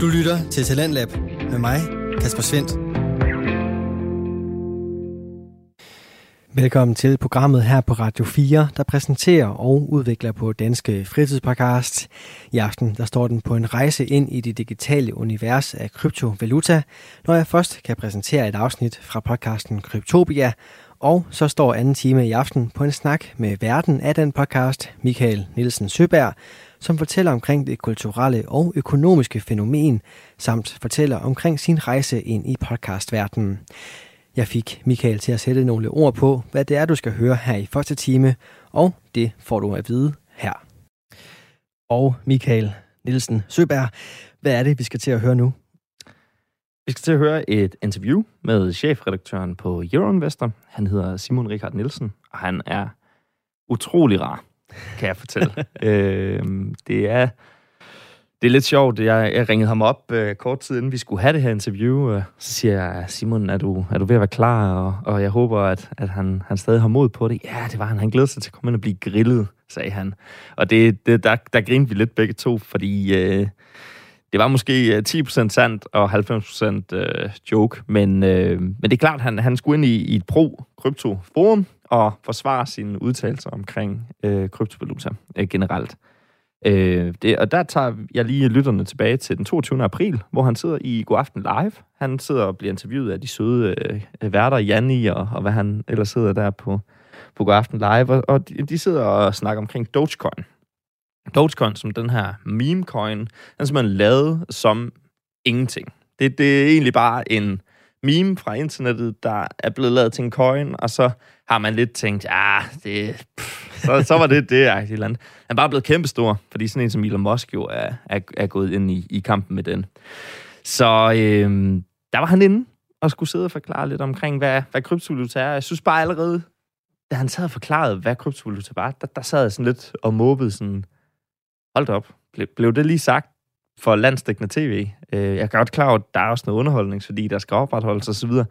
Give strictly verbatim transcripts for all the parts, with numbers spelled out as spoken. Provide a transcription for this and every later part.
Du lytter til Talentlab med mig, Kasper Svendt. Velkommen til programmet her på Radio fire, der præsenterer og udvikler på Danske Fritidspodcast. I aften der står den på en rejse ind i det digitale univers af kryptovaluta, når jeg først kan præsentere et afsnit fra podcasten Kryptopia, og så står anden time i aften på en snak med værten af den podcast, Michael Nielsen Søberg, som fortæller omkring det kulturelle og økonomiske fænomen, samt fortæller omkring sin rejse ind i podcastverdenen. Jeg fik Michael til at sætte nogle ord på, hvad det er, du skal høre her i første time, og det får du at vide her. Og Michael Nielsen Søberg, hvad er det, vi skal til at høre nu? Vi skal til at høre et interview med chefredaktøren på Euroinvestor. Han hedder Simon Richard Nielsen, og han er utrolig rar, kan jeg fortælle. øh, det er... Det er lidt sjovt. Jeg, jeg ringede ham op øh, kort tid inden vi skulle have det her interview. Øh, så siger jeg, Simon, er du, er du ved at være klar? Og, og jeg håber, at, at han, han stadig har mod på det. Ja, det var han. Han glæder sig til at komme ind og blive grillet, sagde han. Og det, det, der, der grinede vi lidt begge to, fordi øh, det var måske ti procent sandt og halvfems procent øh, joke. Men, øh, men det er klart, at han, han skulle ind i, i et pro-krypto-forum og forsvare sine udtalelser omkring øh, kryptovaluta øh, generelt. Øh, det, og der tager jeg lige lytterne tilbage til den toogtyvende april, hvor han sidder i God Aften Live. Han sidder og bliver interviewet af de søde øh, værter, Janni og, og hvad han ellers sidder der på, på God Aften Live. Og, og de, de sidder og snakker omkring Dogecoin. Dogecoin som den her meme-coin, den er simpelthen lavet som ingenting. Det, det er egentlig bare en meme fra internettet, der er blevet lavet til en coin, og så har man lidt tænkt, ah, det, pff, så, så var det det, et eller andet. Han er bare blevet kæmpestor, fordi sådan en som Elon Musk jo er, er, er gået ind i, i kampen med den. Så øh, der var han inde og skulle sidde og forklare lidt omkring, hvad, hvad kryptovaluta er. Jeg synes bare allerede, da han sad og forklarede, hvad kryptovaluta var, der, der sad jeg sådan lidt og måbede sådan, hold da op, ble, blev det lige sagt for landsdækkende tv. Jeg er godt klar over, at der er også noget underholdning, fordi der skal opretholdes og så videre.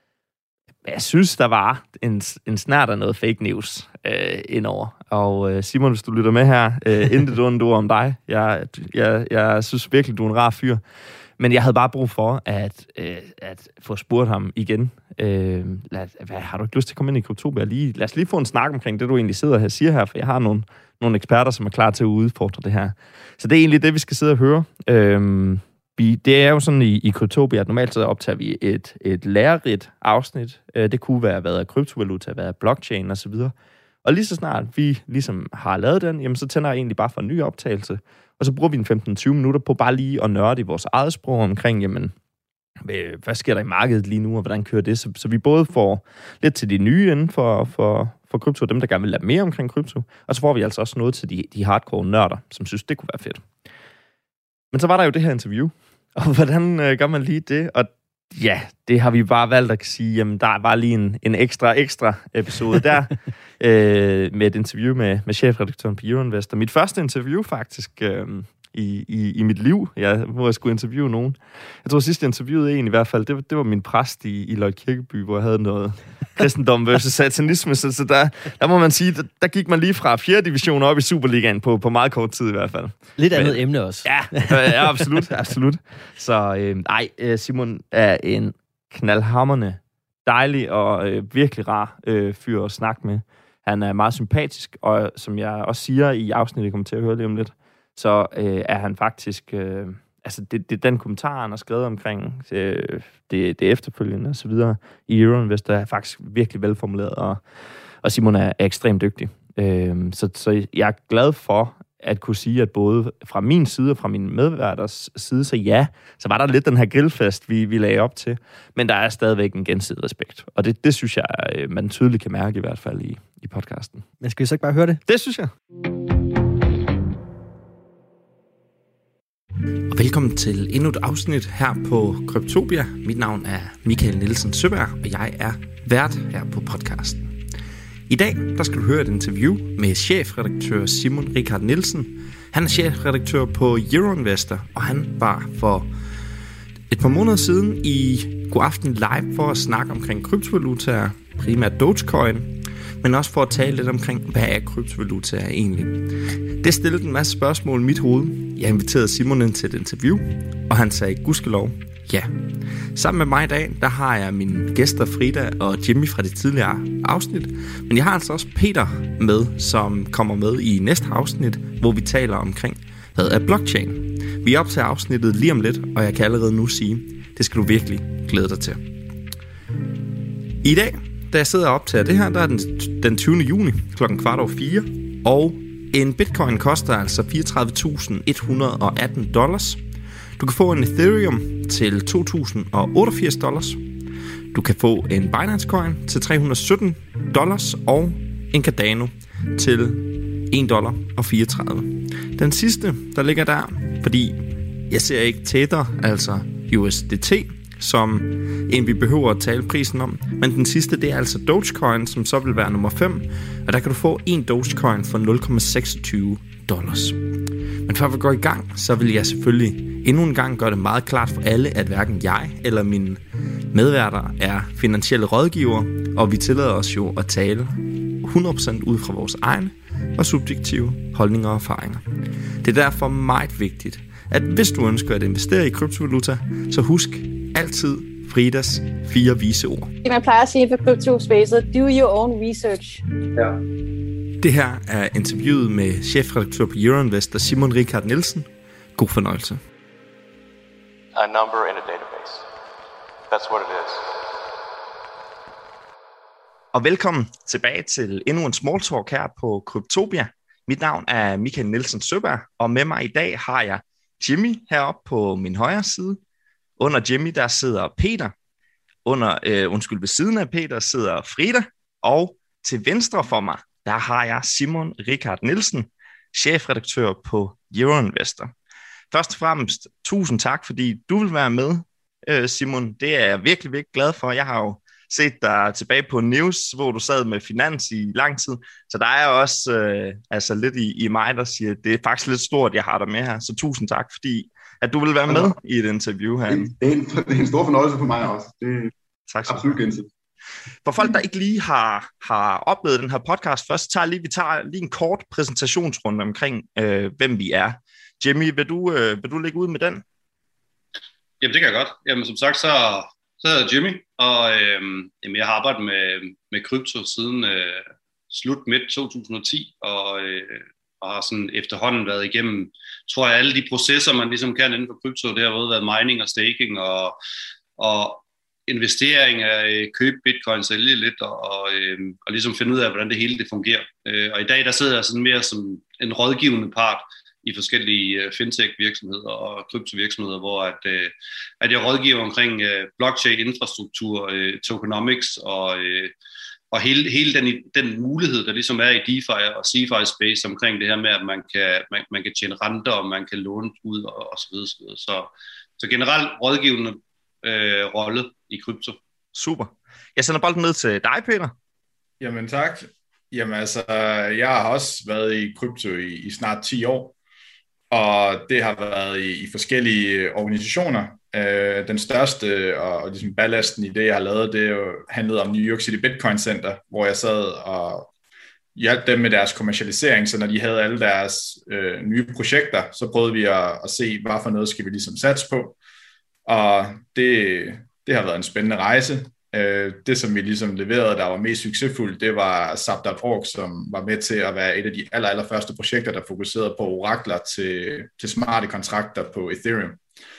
Jeg synes, der var en, en snart af noget fake news øh, indover. Og øh, Simon, hvis du lytter med her, øh, intet ondt ord om dig. Jeg, jeg, jeg synes virkelig, du er en rar fyr. Men jeg havde bare brug for at, øh, at få spurgt ham igen. Øh, lad, hvad, har du ikke lyst til at komme ind i Kryptopia? Lige, lad os lige få en snak omkring det, du egentlig sidder her og siger her, for jeg har nogle, nogle eksperter, som er klar til at udfordre det her. Så det er egentlig det, vi skal sidde og høre. Øh, Vi, det er jo sådan i, i Kryptopia, at normalt så optager vi et, et lærerigt afsnit. Det kunne være, hvad er kryptovaluta, hvad er blockchain osv. Og lige så snart vi ligesom har lavet den, jamen, så tænder jeg egentlig bare for en ny optagelse. Og så bruger vi en femten til tyve minutter på bare lige at nørde i vores eget sprog omkring, jamen, hvad sker der i markedet lige nu, og hvordan kører det? Så, så vi både får lidt til de nye inden for, for, for krypto, dem der gerne vil lære mere omkring krypto, og så får vi altså også noget til de, de hardcore nørder, som synes, det kunne være fedt. Men så var der jo det her interview, og hvordan øh, gør man lige det? Og ja, det har vi bare valgt at sige, jamen der var lige en, en ekstra, ekstra episode der, øh, med et interview med, med chefredaktøren på Euroinvestor. Mit første interview faktisk øh, i, i, i mit liv, ja, hvor jeg skulle interviewe nogen. Jeg tror sidst jeg interviewede en i hvert fald, det, det var min præst i, i Løg Kirkeby, hvor jeg havde noget kristendom versus satanisme, så, så der, der må man sige, der, der gik man lige fra fjerde division op i Superligaen på, på meget kort tid i hvert fald. Lidt andet Men, emne også. Ja, ja absolut, absolut. Så øh, ej, Simon er en knaldhamrende, dejlig og øh, virkelig rar øh, fyr at snakke med. Han er meget sympatisk, og som jeg også siger i afsnittet, jeg kommer til at høre lige om lidt, så øh, er han faktisk... Øh, altså, det, det den kommentar, han har skrevet omkring øh, det, det efterfølgende og så videre i Euroinvestor, er faktisk virkelig velformuleret, og, og Simon er, er ekstremt dygtig. Øh, så, så jeg er glad for at kunne sige, at både fra min side og fra mine medværters side, så ja, så var der lidt den her grillfest, vi, vi lagde op til, men der er stadigvæk en gensidig respekt. Og det, det synes jeg, man tydeligt kan mærke i hvert fald i, i podcasten. Men skal vi så ikke bare høre det? Det synes jeg. Og velkommen til endnu et afsnit her på Kryptopia. Mit navn er Michael Nielsen Søberg, og jeg er vært her på podcasten. I dag der skal du høre et interview med chefredaktør Simon Richard Nielsen. Han er chefredaktør på Euroinvestor, og han var for et par måneder siden i God Aften Live for at snakke omkring kryptovalutaer, primært Dogecoin. men også for at tale lidt omkring, hvad er kryptovaluta egentlig. Det stillede en masse spørgsmål i mit hoved. Jeg inviterede Simon ind til et interview, og han sagde gudskelov ja. Sammen med mig i dag, der har jeg mine gæster Frida og Jimmy fra de tidligere afsnit, men jeg har altså også Peter med, som kommer med i næste afsnit, hvor vi taler omkring, hvad er blockchain. Vi er op til afsnittet lige om lidt, og jeg kan allerede nu sige, det skal du virkelig glæde dig til. I dag, da jeg sidder op til det her, der er den, den tyvende juni klokken kvart over fire, og en bitcoin koster altså fireogtredive tusind et hundrede og atten dollars. Du kan få en Ethereum til to tusind og otteogfirs dollars. Du kan få en Binance Coin til tre hundrede og sytten dollars og en Cardano til en dollar og fireogtredive. Den sidste, der ligger der, fordi jeg ser ikke Tether, altså U S D T, som en vi behøver at tale prisen om. Men den sidste, det er altså Dogecoin, som så vil være nummer fem. Og der kan du få en Dogecoin for nul komma seksogtyve dollars. Men før vi går i gang, så vil jeg selvfølgelig endnu en gang gøre det meget klart for alle, at hverken jeg eller mine medværter er finansielle rådgivere, og vi tillader os jo at tale hundrede procent ud fra vores egne og subjektive holdninger og erfaringer. Det er derfor meget vigtigt, at hvis du ønsker at investere i kryptovaluta, så husk altid Fridas fire vise ord. Man plejer at sige for kryptospacet, do your own research. Ja. Det her er interviewet med chefredaktør på Euroinvestor, Simon Richard Nielsen. God fornøjelse. A number in a database. That's what it is. Og velkommen tilbage til endnu en small talk her på Kryptopia. Mit navn er Michael Nielsen Søberg, og med mig i dag har jeg Jimmy heroppe på min højre side. Under Jimmy der sidder Peter. Under, øh, undskyld, ved siden af Peter sidder Frida. Og til venstre for mig, der har jeg Simon Richard Nielsen, chefredaktør på Euroinvestor. Først og fremmest, tusind tak, fordi du vil være med, Simon. Det er jeg virkelig, virkelig glad for. Jeg har jo set dig tilbage på News, hvor du sad med finans i lang tid. Så der er også øh, altså lidt i, i mig, der siger, at det er faktisk lidt stort, jeg har dig med her. Så tusind tak, fordi at du vil være med i et interview her. Det, det, er, en, det er en stor fornøjelse for mig også. Det er tak, absolut gensidigt. For folk, der ikke lige har, har oplevet den her podcast først, så tager lige, vi tager lige en kort præsentationsrunde omkring, øh, hvem vi er. Jimmy, vil du, øh, vil du lægge ud med den? Jamen, det kan jeg godt. Jamen, som sagt, så, så hedder jeg Jimmy, og øh, jamen, jeg har arbejdet med, med krypto siden øh, slut midt to tusind og ti, og, øh, og har sådan efterhånden været igennem, tror jeg, alle de processer, man ligesom kan inden for krypto. Det har både været mining og staking og, og investering af købe bitcoin, sælge lidt og, og, øh, og ligesom finde ud af, hvordan det hele det fungerer. Øh, og i dag, der sidder jeg sådan mere som en rådgivende part i forskellige fintech-virksomheder og kryptovirksomheder, hvor at, øh, at jeg rådgiver omkring øh, blockchain-infrastruktur, øh, tokenomics og, øh, og hele, hele den, den mulighed, der ligesom er i DeFi og CeFi-space omkring det her med, at man kan, man, man kan tjene renter, og man kan låne ud og, og så videre. Så, videre. så, så generelt rådgivende øh, rolle i krypto. Super. Jeg sender bolden ned til dig, Peter. Jamen tak. Jamen altså, jeg har også været i krypto i, i snart ti år. Og det har været i, i forskellige organisationer. Øh, den største og, og ligesom ballasten i det, jeg har lavet, det er jo handlet om New York City Bitcoin Center, hvor jeg sad og hjalp dem med deres kommercialisering, så når de havde alle deres øh, nye projekter, så prøvede vi at, at se, hvad for noget skal vi ligesom satse på. Og det, det har været en spændende rejse. Øh, det, som vi ligesom leverede, der var mest succesfuldt, det var Zap punktum org, som var med til at være et af de aller, aller første projekter, der fokuserede på orakler til, til smarte kontrakter på Ethereum.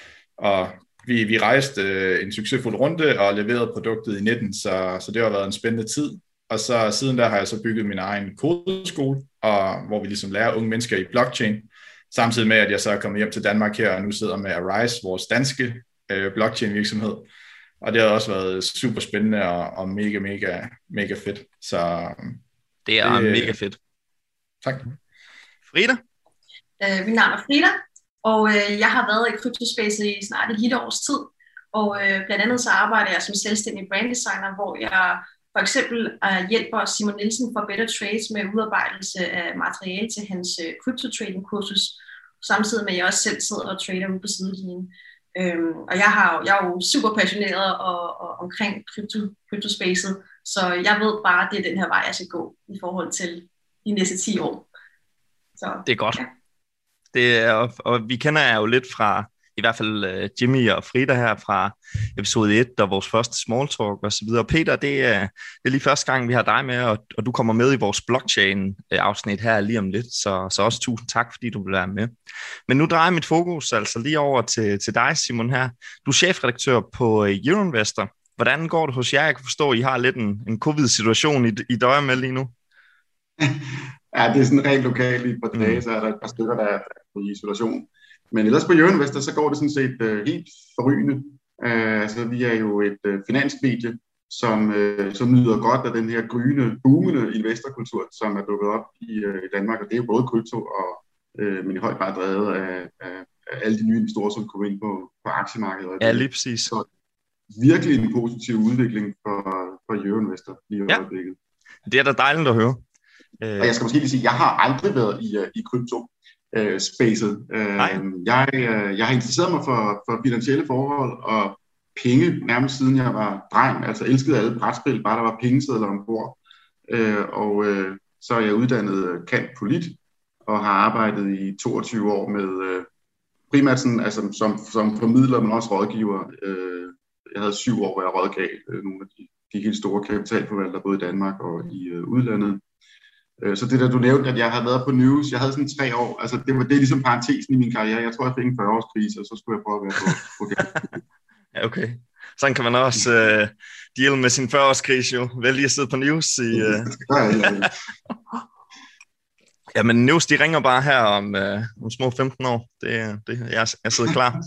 Og vi, vi rejste øh, en succesfuld runde og leverede produktet i nitten, så, så det har været en spændende tid. Og så siden der har jeg så bygget min egen kodeskole, og, hvor vi ligesom lærer unge mennesker i blockchain, samtidig med, at jeg så er kommet hjem til Danmark her, og nu sidder med Arise, vores danske øh, blockchain-virksomhed. Og det har også været super spændende og, og mega, mega, mega fedt. Så det er det, mega fedt. Tak. Frida? Øh, mit navn er Frida, og øh, jeg har været i kryptospace i snart et lille års tid. Og øh, blandt andet så arbejder jeg som selvstændig branddesigner, hvor jeg for eksempel øh, hjælper Simon Nielsen fra Better Trades med udarbejdelse af materiale til hans øh, kryptotrading kursus, samtidig med at jeg også selv sidder og trader ude på sidelinjen. Øhm, og jeg, har, jeg er jo super passioneret og, og omkring krypto, kryptospacet, så jeg ved bare, at det er den her vej, jeg skal gå i forhold til de næste ti år. Så, det er godt. Ja. Det er, og, og vi kender jer jo lidt fra, i hvert fald uh, Jimmy og Frida her fra episode et, og vores første small talk og så videre. Peter, det er, det er lige første gang, vi har dig med, og, og du kommer med i vores blockchain-afsnit her lige om lidt, så, så også tusind tak, fordi du vil være med. Men nu drejer mit fokus altså lige over til, til dig, Simon, her. Du er chefredaktør på Euroinvestor. Hvordan går det hos jer? Jeg kan forstå, at I har lidt en, en covid-situation, I, I døjer med lige nu. Ja, det er sådan rent lokalt i et par dage, så er der et par stykker, der er på isolation. Men ellers på Euroinvestor, så går det sådan set uh, helt forrygende. Uh, altså, vi er jo et uh, finansmedie, som, uh, som nyder godt af den her gryende, boomende investorkultur, som er dukket op i, uh, i Danmark. Og det er jo både krypto, og, uh, men i høj grad drevet af, af, af alle de nye investorer, som kommer ind på, på aktiemarkedet. Ja, lige præcis. Så virkelig en positiv udvikling for, for Euroinvestor i ja. øjeblikket. Det er da dejligt at høre. Og jeg skal måske lige sige, at jeg har aldrig været i, uh, i krypto. Uh, spacet. Uh, jeg, uh, jeg har interesseret mig for, for finansielle forhold og penge nærmest siden jeg var dreng. Altså elskede alle brætspil, bare der var pengesedler ombord. Uh, og uh, så er jeg uddannet cand. Polit og har arbejdet i toogtyve år med uh, primært sådan, altså, som, som formidler, men også rådgiver. Uh, jeg havde syv år, hvor jeg rådgav uh, nogle af de, de helt store kapitalforvaltere, både i Danmark og i uh, udlandet. Så det der, du nævnte, at jeg havde været på news, jeg havde sådan tre år, altså det var det er ligesom parentesen i min karriere. Jeg tror, jeg fik en fyrre års krise, og så skulle jeg prøve at være på, på ja, okay. Sådan kan man også uh, deal med sin fyrre års krise jo. Vælge at sidde på news i... Uh... ja, men news, de ringer bare her om, uh, om små femten år. Det, det, jeg, jeg sidder klar.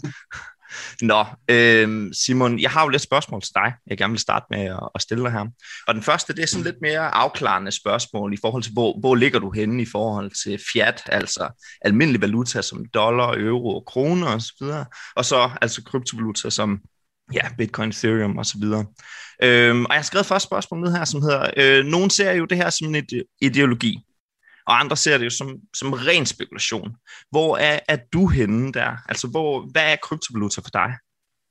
Nå, øh, Simon, jeg har jo lidt spørgsmål til dig, jeg gerne vil starte med at, at stille dig her. Og den første, det er sådan lidt mere afklarende spørgsmål i forhold til, hvor, hvor ligger du henne i forhold til fiat, altså almindelig valuta som dollar, euro og kroner osv., og så altså kryptovaluta som ja, Bitcoin, Ethereum osv. Øh, og jeg har skrevet første spørgsmål ned her, som hedder, øh, nogen ser jo det her som en ideologi, og andre ser det jo som, som ren spekulation. Hvor er, er du henne der? Altså, hvor, hvad er kryptovaluta for dig?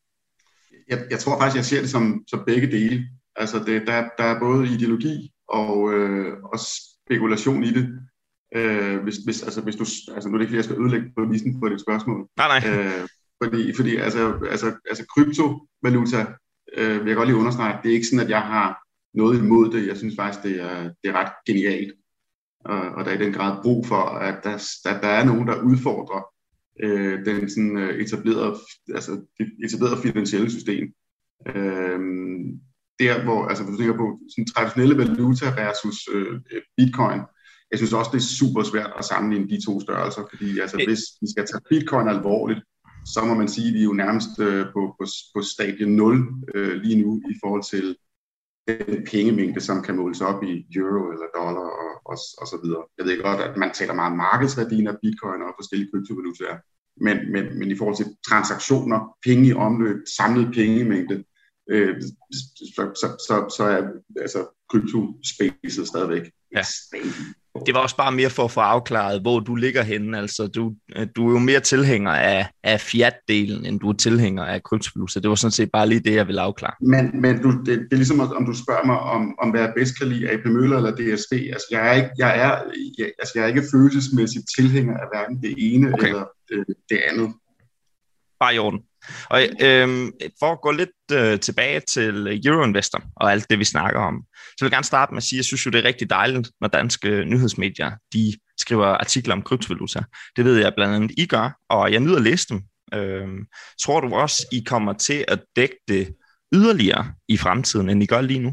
Jeg, jeg tror faktisk, jeg ser det som, som begge dele. Altså, det, der, der er både ideologi og, øh, og spekulation i det. Øh, hvis, hvis, altså, hvis du, altså, nu er det ikke, fordi jeg skal ødelægge præmissen på dit spørgsmål. Nej, nej. Øh, fordi, fordi altså, altså, altså kryptovaluta, øh, vil jeg godt lige understrege, det er ikke sådan, at jeg har noget imod det. Jeg synes faktisk, det er, det er ret genialt. Og der er i den grad brug for, at der, der, der er nogen, der udfordrer øh, den sådan, etablerede, altså, det etablerede finansielle system. Øh, der, hvor, altså, hvis du tænker på sådan, traditionelle valuta versus øh, bitcoin, jeg synes også, det er super svært at sammenligne de to størrelser, fordi altså, hvis vi skal tage bitcoin alvorligt, så må man sige, at vi er jo nærmest øh, på, på, på stadie nul øh, lige nu i forhold til den pengemængde, som kan måles op i euro eller dollar og, og, og så videre. Jeg ved godt, at man taler meget om markedsværdien af bitcoin og forskellige kryptovalutaer, men, men, men i forhold til transaktioner, penge i omløb, samlet pengemængde, øh, så, så, så, så er altså, kryptospacet stadigvæk. Ja. Det var også bare mere for at få afklaret, hvor du ligger henne. Altså, du, du er jo mere tilhænger af, af fiat-delen, end du er tilhænger af kryptovaluta. Det var sådan set bare lige det, jeg ville afklare. Men, men du, det, det er ligesom, om du spørger mig, om, om hvad jeg bedst kan lide, A P Møller eller D S V. Altså, jeg er ikke, jeg er, jeg, altså, jeg er ikke følelsesmæssigt tilhænger af hverken det ene okay. eller det, det andet. Bare i orden. Og øhm, for at gå lidt øh, tilbage til Euroinvestor og alt det, vi snakker om, så vil jeg gerne starte med at sige, at jeg synes jo, det er rigtig dejligt, når danske nyhedsmedier de skriver artikler om kryptovaluta. Det ved jeg blandt andet, I gør, og jeg nyder at læse dem. Øhm, tror du også, I kommer til at dække det yderligere i fremtiden, end I gør lige nu?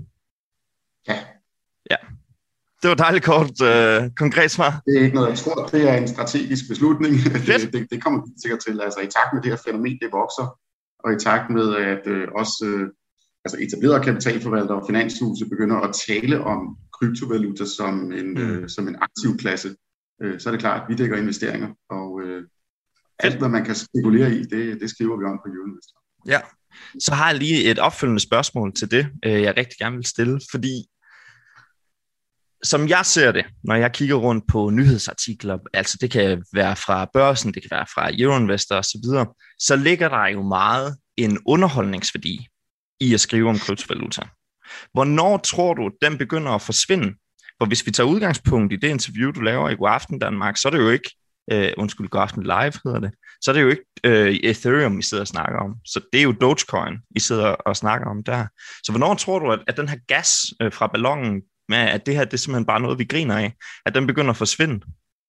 Ja. Ja. Det var dejligt kort, øh, konkret svar. Det er ikke noget, jeg tror. Det er en strategisk beslutning. Det, det, det kommer vi sikkert til. Altså i takt med det her fænomen, det vokser, og i takt med, at øh, også øh, altså etablerede kapitalforvaltere og finanshuse begynder at tale om kryptovaluta som en, mm. øh, som en aktiv klasse, øh, så er det klart, at vi dækker investeringer, og øh, alt, hvad man kan spekulere i, det, det skriver vi om på Euroinvestor. Ja, så har jeg lige et opfølgende spørgsmål til det, jeg rigtig gerne vil stille, fordi som jeg ser det, når jeg kigger rundt på nyhedsartikler, altså det kan være fra børsen, det kan være fra Euroinvestor osv., så, så ligger der jo meget en underholdningsværdi i at skrive om kryptovaluta. Hvornår tror du, den begynder at forsvinde? For hvis vi tager udgangspunkt i det interview, du laver i Godaften Danmark, så er det jo ikke, øh, undskyld, Godaften Live hedder det, så er det jo ikke øh, Ethereum, I sidder og snakker om. Så det er jo Dogecoin, I sidder og snakker om der. Så hvornår tror du, at, at den her gas øh, fra ballonen, med at det her det er simpelthen bare noget, vi griner af, at den begynder at forsvinde?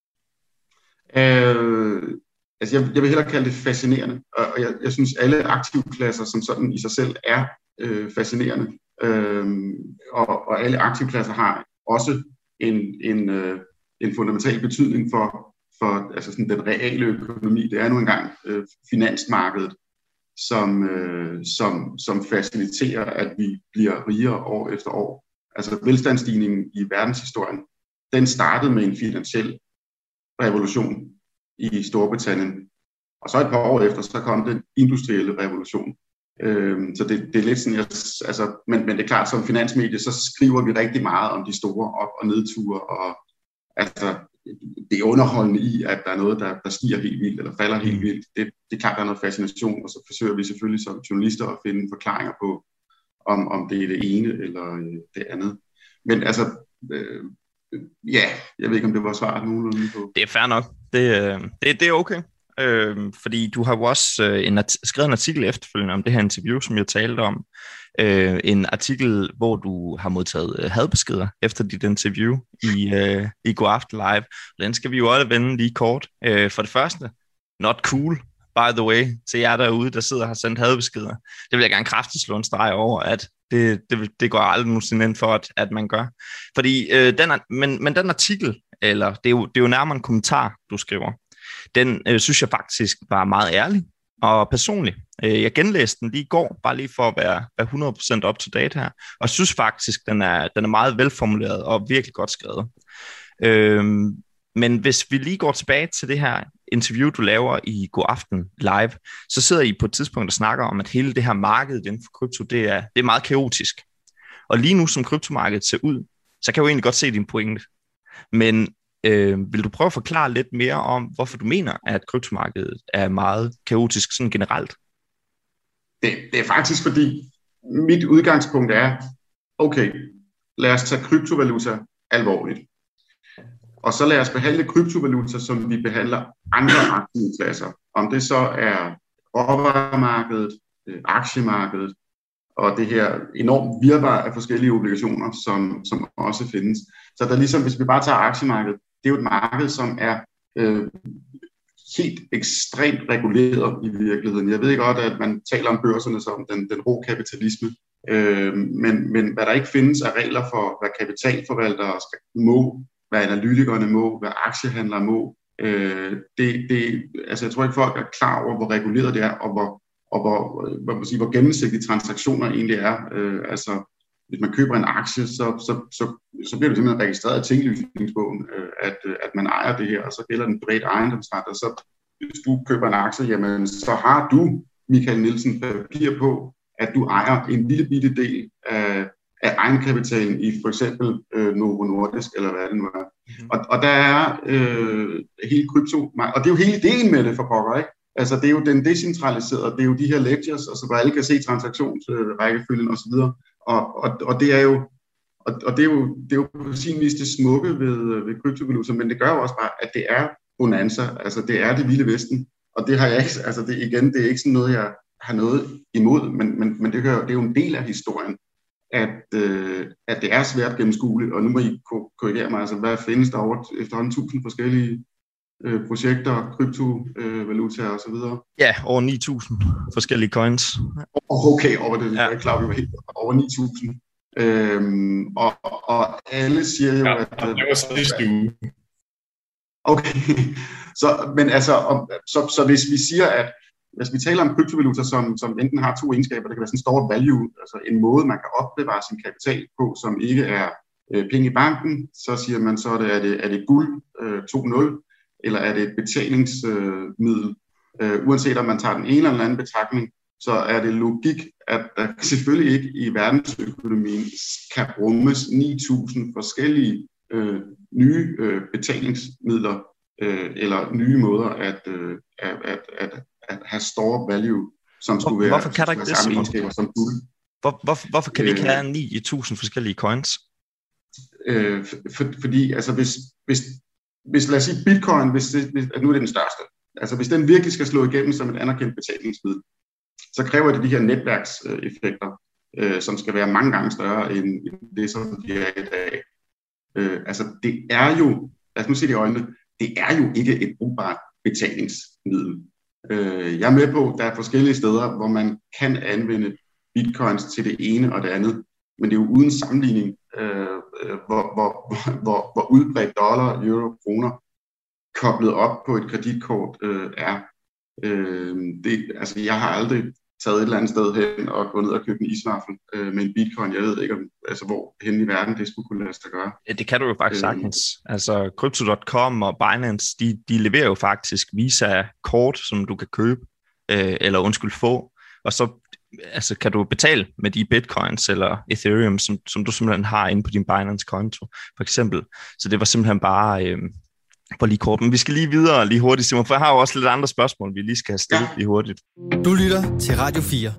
Øh, altså jeg, jeg vil hellere kalde det fascinerende, og jeg, jeg synes, alle aktivklasser som sådan i sig selv er øh, fascinerende. Øh, og, og alle aktivklasser har også en, en, øh, en fundamental betydning for, for altså sådan den reale økonomi. Det er nu engang øh, finansmarkedet, som, øh, som, som faciliterer, at vi bliver rigere år efter år. Altså velstandsstigningen i verdenshistorien, den startede med en finansiel revolution i Storbritannien. Og så et par år efter, så kom den industrielle revolution. Øhm, så det, det er lidt sådan, jeg, altså, men, men det er klart, som finansmedie, så skriver vi rigtig meget om de store op- og nedture, og altså, det underholdende i, at der er noget, der, der stiger helt vildt, eller falder helt vildt. Det, det er klart, der er noget fascination, og så forsøger vi selvfølgelig som journalister at finde forklaringer på, om, om det er det ene eller øh, det andet. Men altså, øh, ja, jeg ved ikke, om det var svaret nogenlunde på. Det er fair nok. Det, øh, det, det er okay. Øh, fordi du har jo også øh, en art- skrevet en artikel efterfølgende om det her interview, som jeg talte om. Øh, en artikel, hvor du har modtaget øh, hadbeskeder efter dit interview i, øh, i Godaften Live. Den skal vi jo også vende lige kort. Øh, for det første, not cool, by the way, til jer derude, der sidder og har sendt hadbeskeder. Det vil jeg gerne kraftigt slå en streg over, at det, det, det går aldrig nogensinde ind for, at, at man gør. Fordi, øh, den, men, men den artikel, eller det er, jo, det er jo nærmere en kommentar, du skriver, den øh, synes jeg faktisk var meget ærlig og personlig. Øh, jeg genlæste den lige i går, bare lige for at være, være hundrede procent up to date her, og synes faktisk, den er, den er meget velformuleret og virkelig godt skrevet. Øh, men hvis vi lige går tilbage til det her interview, du laver i Godaften Live, så sidder I på et tidspunkt og snakker om, at hele det her marked inden for krypto, det er, det er meget kaotisk. Og lige nu, som kryptomarkedet ser ud, så kan jeg jo egentlig godt se din pointe. Men øh, vil du prøve at forklare lidt mere om, hvorfor du mener, at kryptomarkedet er meget kaotisk sådan generelt? Det, det er faktisk fordi, mit udgangspunkt er, okay, lad os tage kryptovaluta alvorligt. Og så lad os behandle kryptovaluta, som vi behandler andre aktivklasser. Om det så er råvaremarkedet, aktiemarkedet og det her enormt virvar af forskellige obligationer, som, som også findes. Så der ligesom, hvis vi bare tager aktiemarkedet, det er jo et marked, som er øh, helt ekstremt reguleret i virkeligheden. Jeg ved godt, at man taler om børserne som den, den rå kapitalisme, øh, men, men hvad der ikke findes af regler for, hvad kapitalforvaltere skal må, hvad analytikerne må, hvad aktiehandlere må. Øh, det, det, altså jeg tror ikke, folk er klar over, hvor reguleret det er, og hvor, og hvor, hvad man sige, hvor gennemsigtige transaktioner egentlig er. Øh, altså, hvis man køber en aktie, så, så, så, så bliver det simpelthen registreret i tinglysningsbogen, øh, at, at man ejer det her, og så gælder den bredt ejendomsret. Og så hvis du køber en aktie, jamen, så har du, Michael Nielsen, papir på, at du ejer en lille bitte del af af egenkapitalen i for eksempel øh, Novo Nordisk, eller hvad det nu er. Mm-hmm. Og, og der er øh, hele krypto, og det er jo hele ideen med det for pokker, ikke? Altså det er jo den decentraliserede, det er jo de her ledgers, altså, hvor alle kan se transaktionsrækkefølgen øh, osv. Og, og, og det er jo og, og det er jo, det er jo på sin vis det smukke ved, ved kryptovaluta, men det gør jo også bare, at det er bonanza, altså det er det vilde vesten, og det har jeg ikke, altså det igen, det er ikke sådan noget, jeg har noget imod, men, men, men det, hører, det er jo en del af historien, at, øh, at det er svært gennemskueligt, og nu må I korrigere mig, altså hvad findes der over efterhånden tusind forskellige øh, projekter, kryptovalutaer øh, og så videre? Ja, over ni tusind forskellige coins. Okay, over det, ja. Jeg er klar, vi var helt over ni tusind. Øhm, og, og alle siger jo, ja, at... Ja, det var sidste uge. Okay, så, men altså, om, så, så hvis vi siger, at hvis vi taler om kryptovaluta, som, som enten har to egenskaber, det kan være sådan stored value, altså en måde, man kan opbevare sin kapital på, som ikke er øh, penge i banken, så siger man så, er det, er det, er det guld øh, to nul, eller er det et betalingsmiddel. Øh, øh, uanset om man tager den ene eller anden betragtning, så er det logik, at der selvfølgelig ikke i verdensøkonomien kan rummes ni tusind forskellige øh, nye øh, betalingsmidler øh, eller nye måder at, øh, at, at, at, at have store value, som skulle være, hvorfor kan der ikke det, samme egenskaber som guld. Hvor, hvor, hvorfor kan vi ikke have ni tusind forskellige coins? Øh, for, fordi altså hvis, hvis, hvis lad os sige bitcoin, hvis, det, hvis nu er det den største, altså hvis den virkelig skal slå igennem som et anerkendt betalingsmiddel, så kræver det de her netværkseffekter, øh, som skal være mange gange større end det, som de er i dag. Øh, altså det er jo, lad os nu se det i øjnene, det er jo ikke et brugbart betalingsmiddel. Øh, jeg er med på, at der er forskellige steder, hvor man kan anvende bitcoins til det ene og det andet, men det er jo uden sammenligning, øh, hvor, hvor, hvor, hvor udbredt dollar, euro, kroner koblet op på et kreditkort øh, er. Øh, det, altså, jeg har aldrig taget et eller andet sted hen og gået ned og købt en isvaffel øh, med en bitcoin. Jeg ved ikke, om, altså, hvor hen i verden det skulle kunne lade sig gøre. Ja, det kan du jo faktisk øh, sagtens. Altså crypto punktum com og Binance, de, de leverer jo faktisk Visa-kort, som du kan købe, øh, eller undskyld få, og så altså, kan du betale med de bitcoins eller Ethereum, som, som du simpelthen har inde på din Binance-konto, for eksempel. Så det var simpelthen bare øh, for lige kort. Men vi skal lige videre lige hurtigt, Simon, for jeg har jo også lidt andre spørgsmål, vi lige skal have stillet ja. lige hurtigt. Du lytter til Radio fire.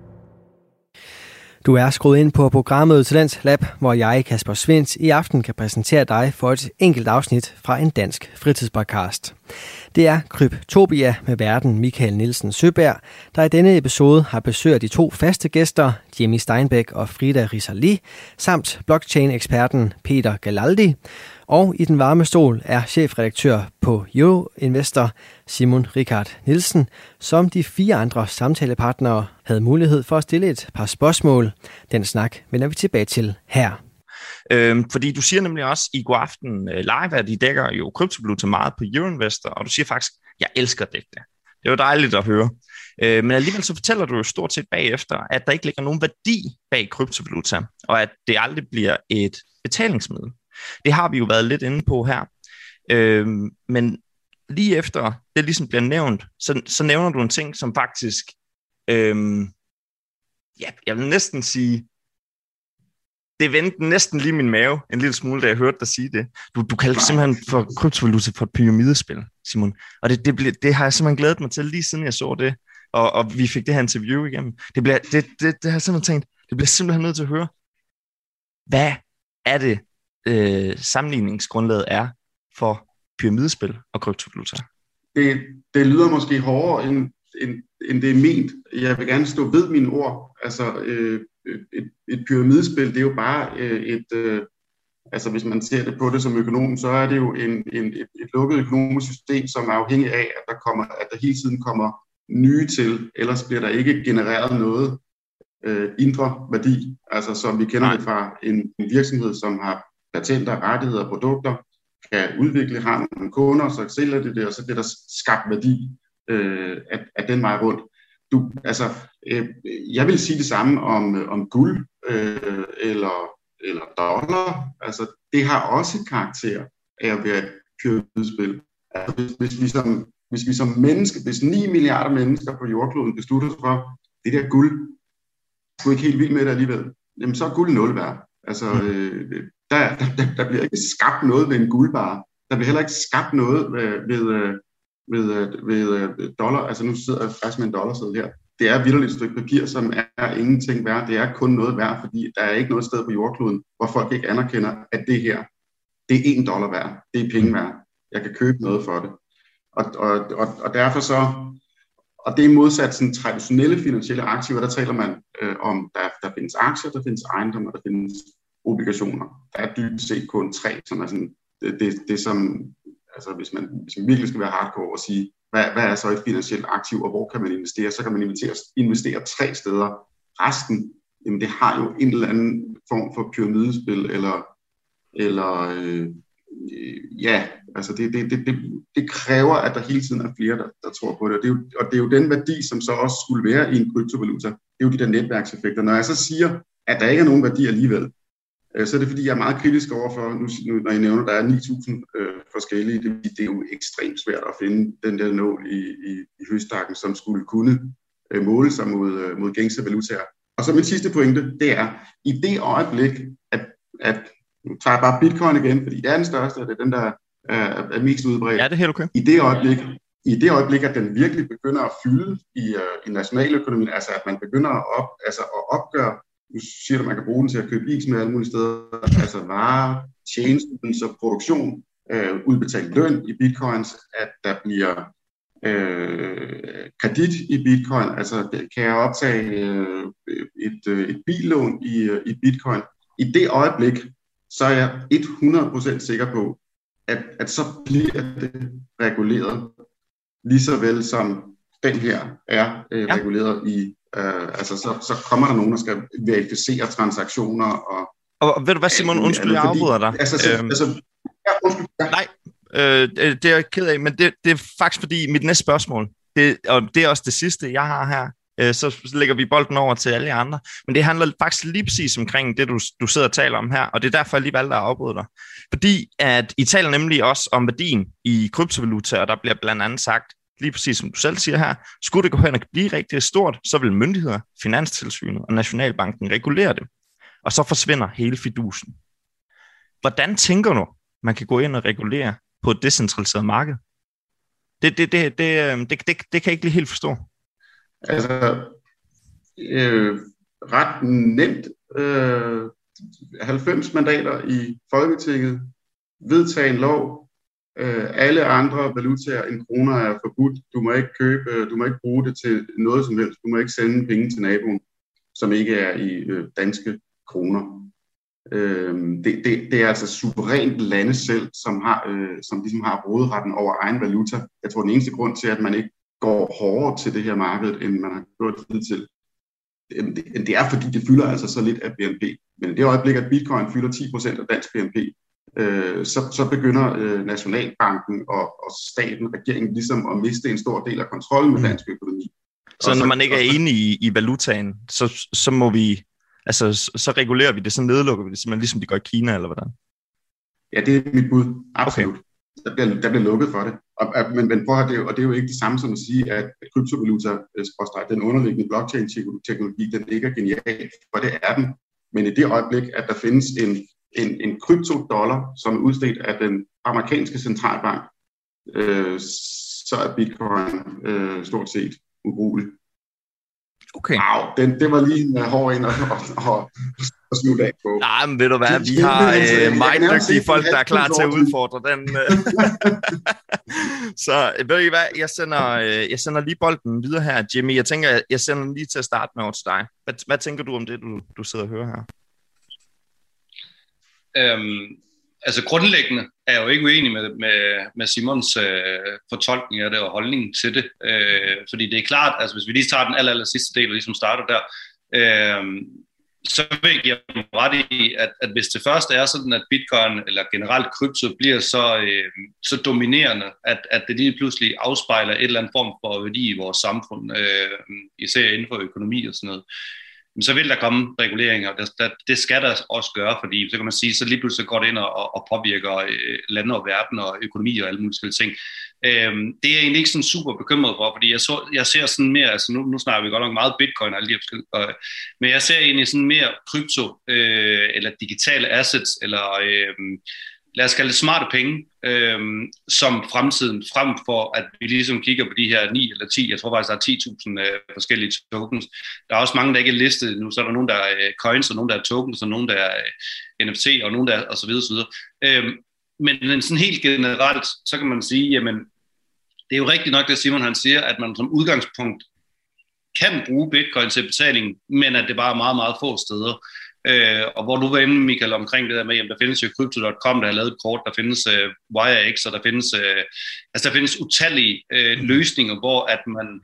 Du er skruet ind på programmet Talents Lab, hvor jeg, Kasper Svindt, i aften kan præsentere dig for et enkelt afsnit fra en dansk fritidspodcast. Det er Kryptopia med værten Michael Nielsen Søberg, der i denne episode har besøg af de to faste gæster, Jimmy Steinbeck og Frida Rizali, samt blockchain-eksperten Peter Galaldi. Og i den varme stol er chefredaktør på Euroinvestor Simon Richard Nielsen, som de fire andre samtalepartnere havde mulighed for at stille et par spørgsmål. Den snak vender vi tilbage til her. Øhm, fordi du siger nemlig også i God Aften Live, at I dækker jo kryptovaluta meget på Euroinvestor, og du siger faktisk, jeg elsker at dække det. Det er jo dejligt at høre. Øh, men alligevel så fortæller du jo stort set bagefter, at der ikke ligger nogen værdi bag kryptovaluta, og at det aldrig bliver et betalingsmiddel. Det har vi jo været lidt inde på her. Øhm, men lige efter det ligesom bliver nævnt, så, så nævner du en ting, som faktisk, øhm, ja, jeg vil næsten sige, det vendte næsten lige min mave en lille smule, da jeg hørte dig sige det. Du, du kaldte simpelthen for kryptovaluta for et pyramidespil, Simon. Og det, det, ble, det har jeg simpelthen glædet mig til, lige siden jeg så det, og, og vi fik det her interview igennem. Det, bliver, det, det, det har jeg simpelthen tænkt, det bliver simpelthen nødt til at høre. Hvad er det, øh, sammenligningsgrundlaget er for pyramidespil og kryptovaluta? Det, det lyder måske hårdere, end, end, end det er ment. Jeg vil gerne stå ved mine ord. Altså, øh, et, et pyramidespil, det er jo bare øh, et... Øh, altså, hvis man ser det på det som økonom, så er det jo en, en, et, et lukket økonomisk system, som er afhængig af, at der, kommer, at der hele tiden kommer nye til. Ellers bliver der ikke genereret noget øh, indre værdi. Altså, som vi kender det fra en, en virksomhed, som har patenter, rettigheder og produkter, kan udvikle, har nogle kunder, så sælger det det, og så bliver der skabt værdi øh, af, af den vej rundt. Du, altså, øh, jeg vil sige det samme om, om guld øh, eller, eller dollar. Altså, det har også karakter af at være et pyramidespil. Altså, hvis, hvis, vi som, hvis vi som mennesker, hvis ni milliarder mennesker på jordkloden beslutter sig for, det der guld, du er ikke helt vild med det alligevel, jamen så er guld nul værd. Altså, øh, der, der, der bliver ikke skabt noget ved en guldbar. Der bliver heller ikke skabt noget ved, ved, ved, ved dollar. Altså nu sidder jeg faktisk med en dollarsæde her. Det er vitterligt et stykke papir, som er ingenting værd. Det er kun noget værd, fordi der er ikke noget sted på jordkloden, hvor folk ikke anerkender, at det her, det er en dollar værd. Det er penge værd. Jeg kan købe noget for det. Og, og, og, og derfor så, og det er modsat sådan traditionelle finansielle aktiver, der taler man øh, om, der, der findes aktier, der findes ejendommer, der findes obligationer. Der er dybest set kun tre, som er sådan, det, det, det som, altså hvis man, hvis man virkelig skal være hardcore og sige, hvad, hvad er så et finansielt aktiv, og hvor kan man investere, så kan man investere, investere tre steder. Resten, jamen det har jo en eller anden form for pyramidespil, eller, eller øh, ja, altså det, det, det, det, det kræver, at der hele tiden er flere, der, der tror på det. Og det, er jo, og det er jo den værdi, som så også skulle være i en kryptovaluta. Det er jo de der netværkseffekter. Når jeg så siger, at der ikke er nogen værdi alligevel, så er det fordi, jeg er meget kritisk overfor, nu, når I nævner, at der er ni tusind øh, forskellige, det, det er jo ekstremt svært at finde den der nål i, i, i høstakken, som skulle kunne øh, måle sig mod, øh, mod gængse valutaer. Og så min sidste pointe, det er, i det øjeblik, at, at nu tager jeg bare bitcoin igen, fordi det er den største, og det er den, der er, er mest udbredt. Ja, det er helt okay. I det øjeblik, i det øjeblik, at den virkelig begynder at fylde i, uh, i nationaløkonomien, altså at man begynder at, op, altså at opgøre, nu siger du, at man kan bruge den til at købe is med alle mulige steder, altså varer, tjenester, så produktion, øh, udbetalt løn i bitcoins, at der bliver øh, kredit i bitcoin, altså kan jeg optage øh, et, et billån i, i bitcoin. I det øjeblik, så er jeg hundrede procent sikker på, at, at så bliver det reguleret, lige så vel som den her er øh, ja. reguleret i, øh, altså så, så kommer der nogen, der skal verificere transaktioner. Og, og, og ved du hvad, Simon, undskyld, jeg afbryder dig. Altså, så, øhm, altså, ja, undskyld, ja. Nej, øh, det er jeg ked af, men det, det er faktisk fordi mit næste spørgsmål, det, og det er også det sidste, jeg har her, øh, så lægger vi bolden over til alle andre, men det handler faktisk lige præcis omkring det, du, du sidder og taler om her, og det er derfor, jeg lige valgte at afbryde dig. Fordi at I taler nemlig også om værdien i kryptovaluta, og der bliver blandt andet sagt, lige præcis som du selv siger her, skulle det gå hen og blive rigtig stort, så vil myndigheder, Finanstilsynet og Nationalbanken regulere det, og så forsvinder hele fidusen. Hvordan tænker du, man kan gå ind og regulere på et decentraliseret marked? Det, det, det, det, det, det, det kan jeg ikke lige helt forstå. Altså, øh, ret nemt. Øh, halvfems mandater i Folketinget, vedtage en lov. Øh, alle andre valutaer end kroner er forbudt. Du må ikke købe, du må ikke bruge det til noget som helst. Du må ikke sende penge til naboen, som ikke er i øh, danske kroner. Øh, det, det, det er altså suverænt lande selv, som har, øh, som ligesom har råderetten over egen valuta. Jeg tror, den eneste grund til, at man ikke går hårdere til det her marked, end man har gjort hidtil, det, det er, fordi det fylder altså så lidt af B N P. Men i det øjeblik, at bitcoin fylder ti procent af dansk B N P, øh, så, så begynder øh, Nationalbanken og, og staten, regeringen, ligesom at miste en stor del af kontrollen med dansk økonomi. Så, så når man ikke er enig i, i valutaen, så, så må vi, altså så regulerer vi det, så nedlukker vi det, simpelthen ligesom de gør i Kina, eller hvordan? Ja, det er mit bud. Absolut. Okay. Der bliver, der bliver lukket for det. Og, men, men prøv at det, og det er jo ikke det samme som at sige, at kryptovaluta, den underliggende blockchain-teknologi, den ikke er genial, for det er den. Men i det øjeblik, at der findes en, en, en kryptodollar, som er udstedt af den amerikanske centralbank, øh, så er bitcoin øh, stort set ubrugelig. Okay. Wow, den, det var lige en uh, hård ind og, og, og, og snutte af på. Nej, men ved du hvad, vi har øh, meget dygtige folk, der er klar til at udfordre den. Så ved I hvad, jeg sender, øh, jeg sender lige bolden videre her, Jimmy. Jeg tænker, jeg sender den lige til at starte med over til dig. Hvad, hvad tænker du om det, du, du sidder og hører her? Øhm, altså grundlæggende er jeg jo ikke uenig med, med, med Simons øh, fortolkning af det og holdning til det. Øh, fordi det er klart, altså hvis vi lige tager den aller, aller sidste del og ligesom starter der, øh, så vil jeg give dem ret i, at, at hvis det første er sådan, at bitcoin eller generelt krypto bliver så, øh, så dominerende, at, at det lige pludselig afspejler et eller andet form for værdi i vores samfund, øh, især inden for økonomi og sådan noget, så vil der komme reguleringer. Det, det skal der også gøre, fordi så kan man sige, så lige pludselig går det ind og, og påvirker øh, lande og verden og økonomi og alle mulige ting. Øhm, det er jeg egentlig ikke sådan super bekymret for, fordi jeg, så, jeg ser sådan mere, altså nu, nu snakker vi godt nok meget bitcoin og alle de her forskellige, øh, men jeg ser egentlig sådan mere krypto, øh, eller digitale assets, eller øh, lad os kalde det smarte penge, øh, som fremtiden, frem for at vi ligesom kigger på de her ni eller ti, jeg tror faktisk, der er ti tusind øh, forskellige tokens. Der er også mange, der ikke er listet nu, så er der nogen, der er øh, coins, og nogen, der er tokens, og nogen, der er øh, N F T, og nogen, der er, og så videre, så videre. Øh, men sådan helt generelt, så kan man sige, jamen, det er jo rigtigt nok, det Simon han siger, at man som udgangspunkt kan bruge bitcoin til betaling, men at det bare er meget, meget få steder. Øh, og hvor du var inde, Michael, omkring det der med, jamen, der findes jo crypto punktum com, der har lavet et kort, der findes øh, Wire X, og der findes, øh, altså der findes utallige øh, løsninger, hvor at man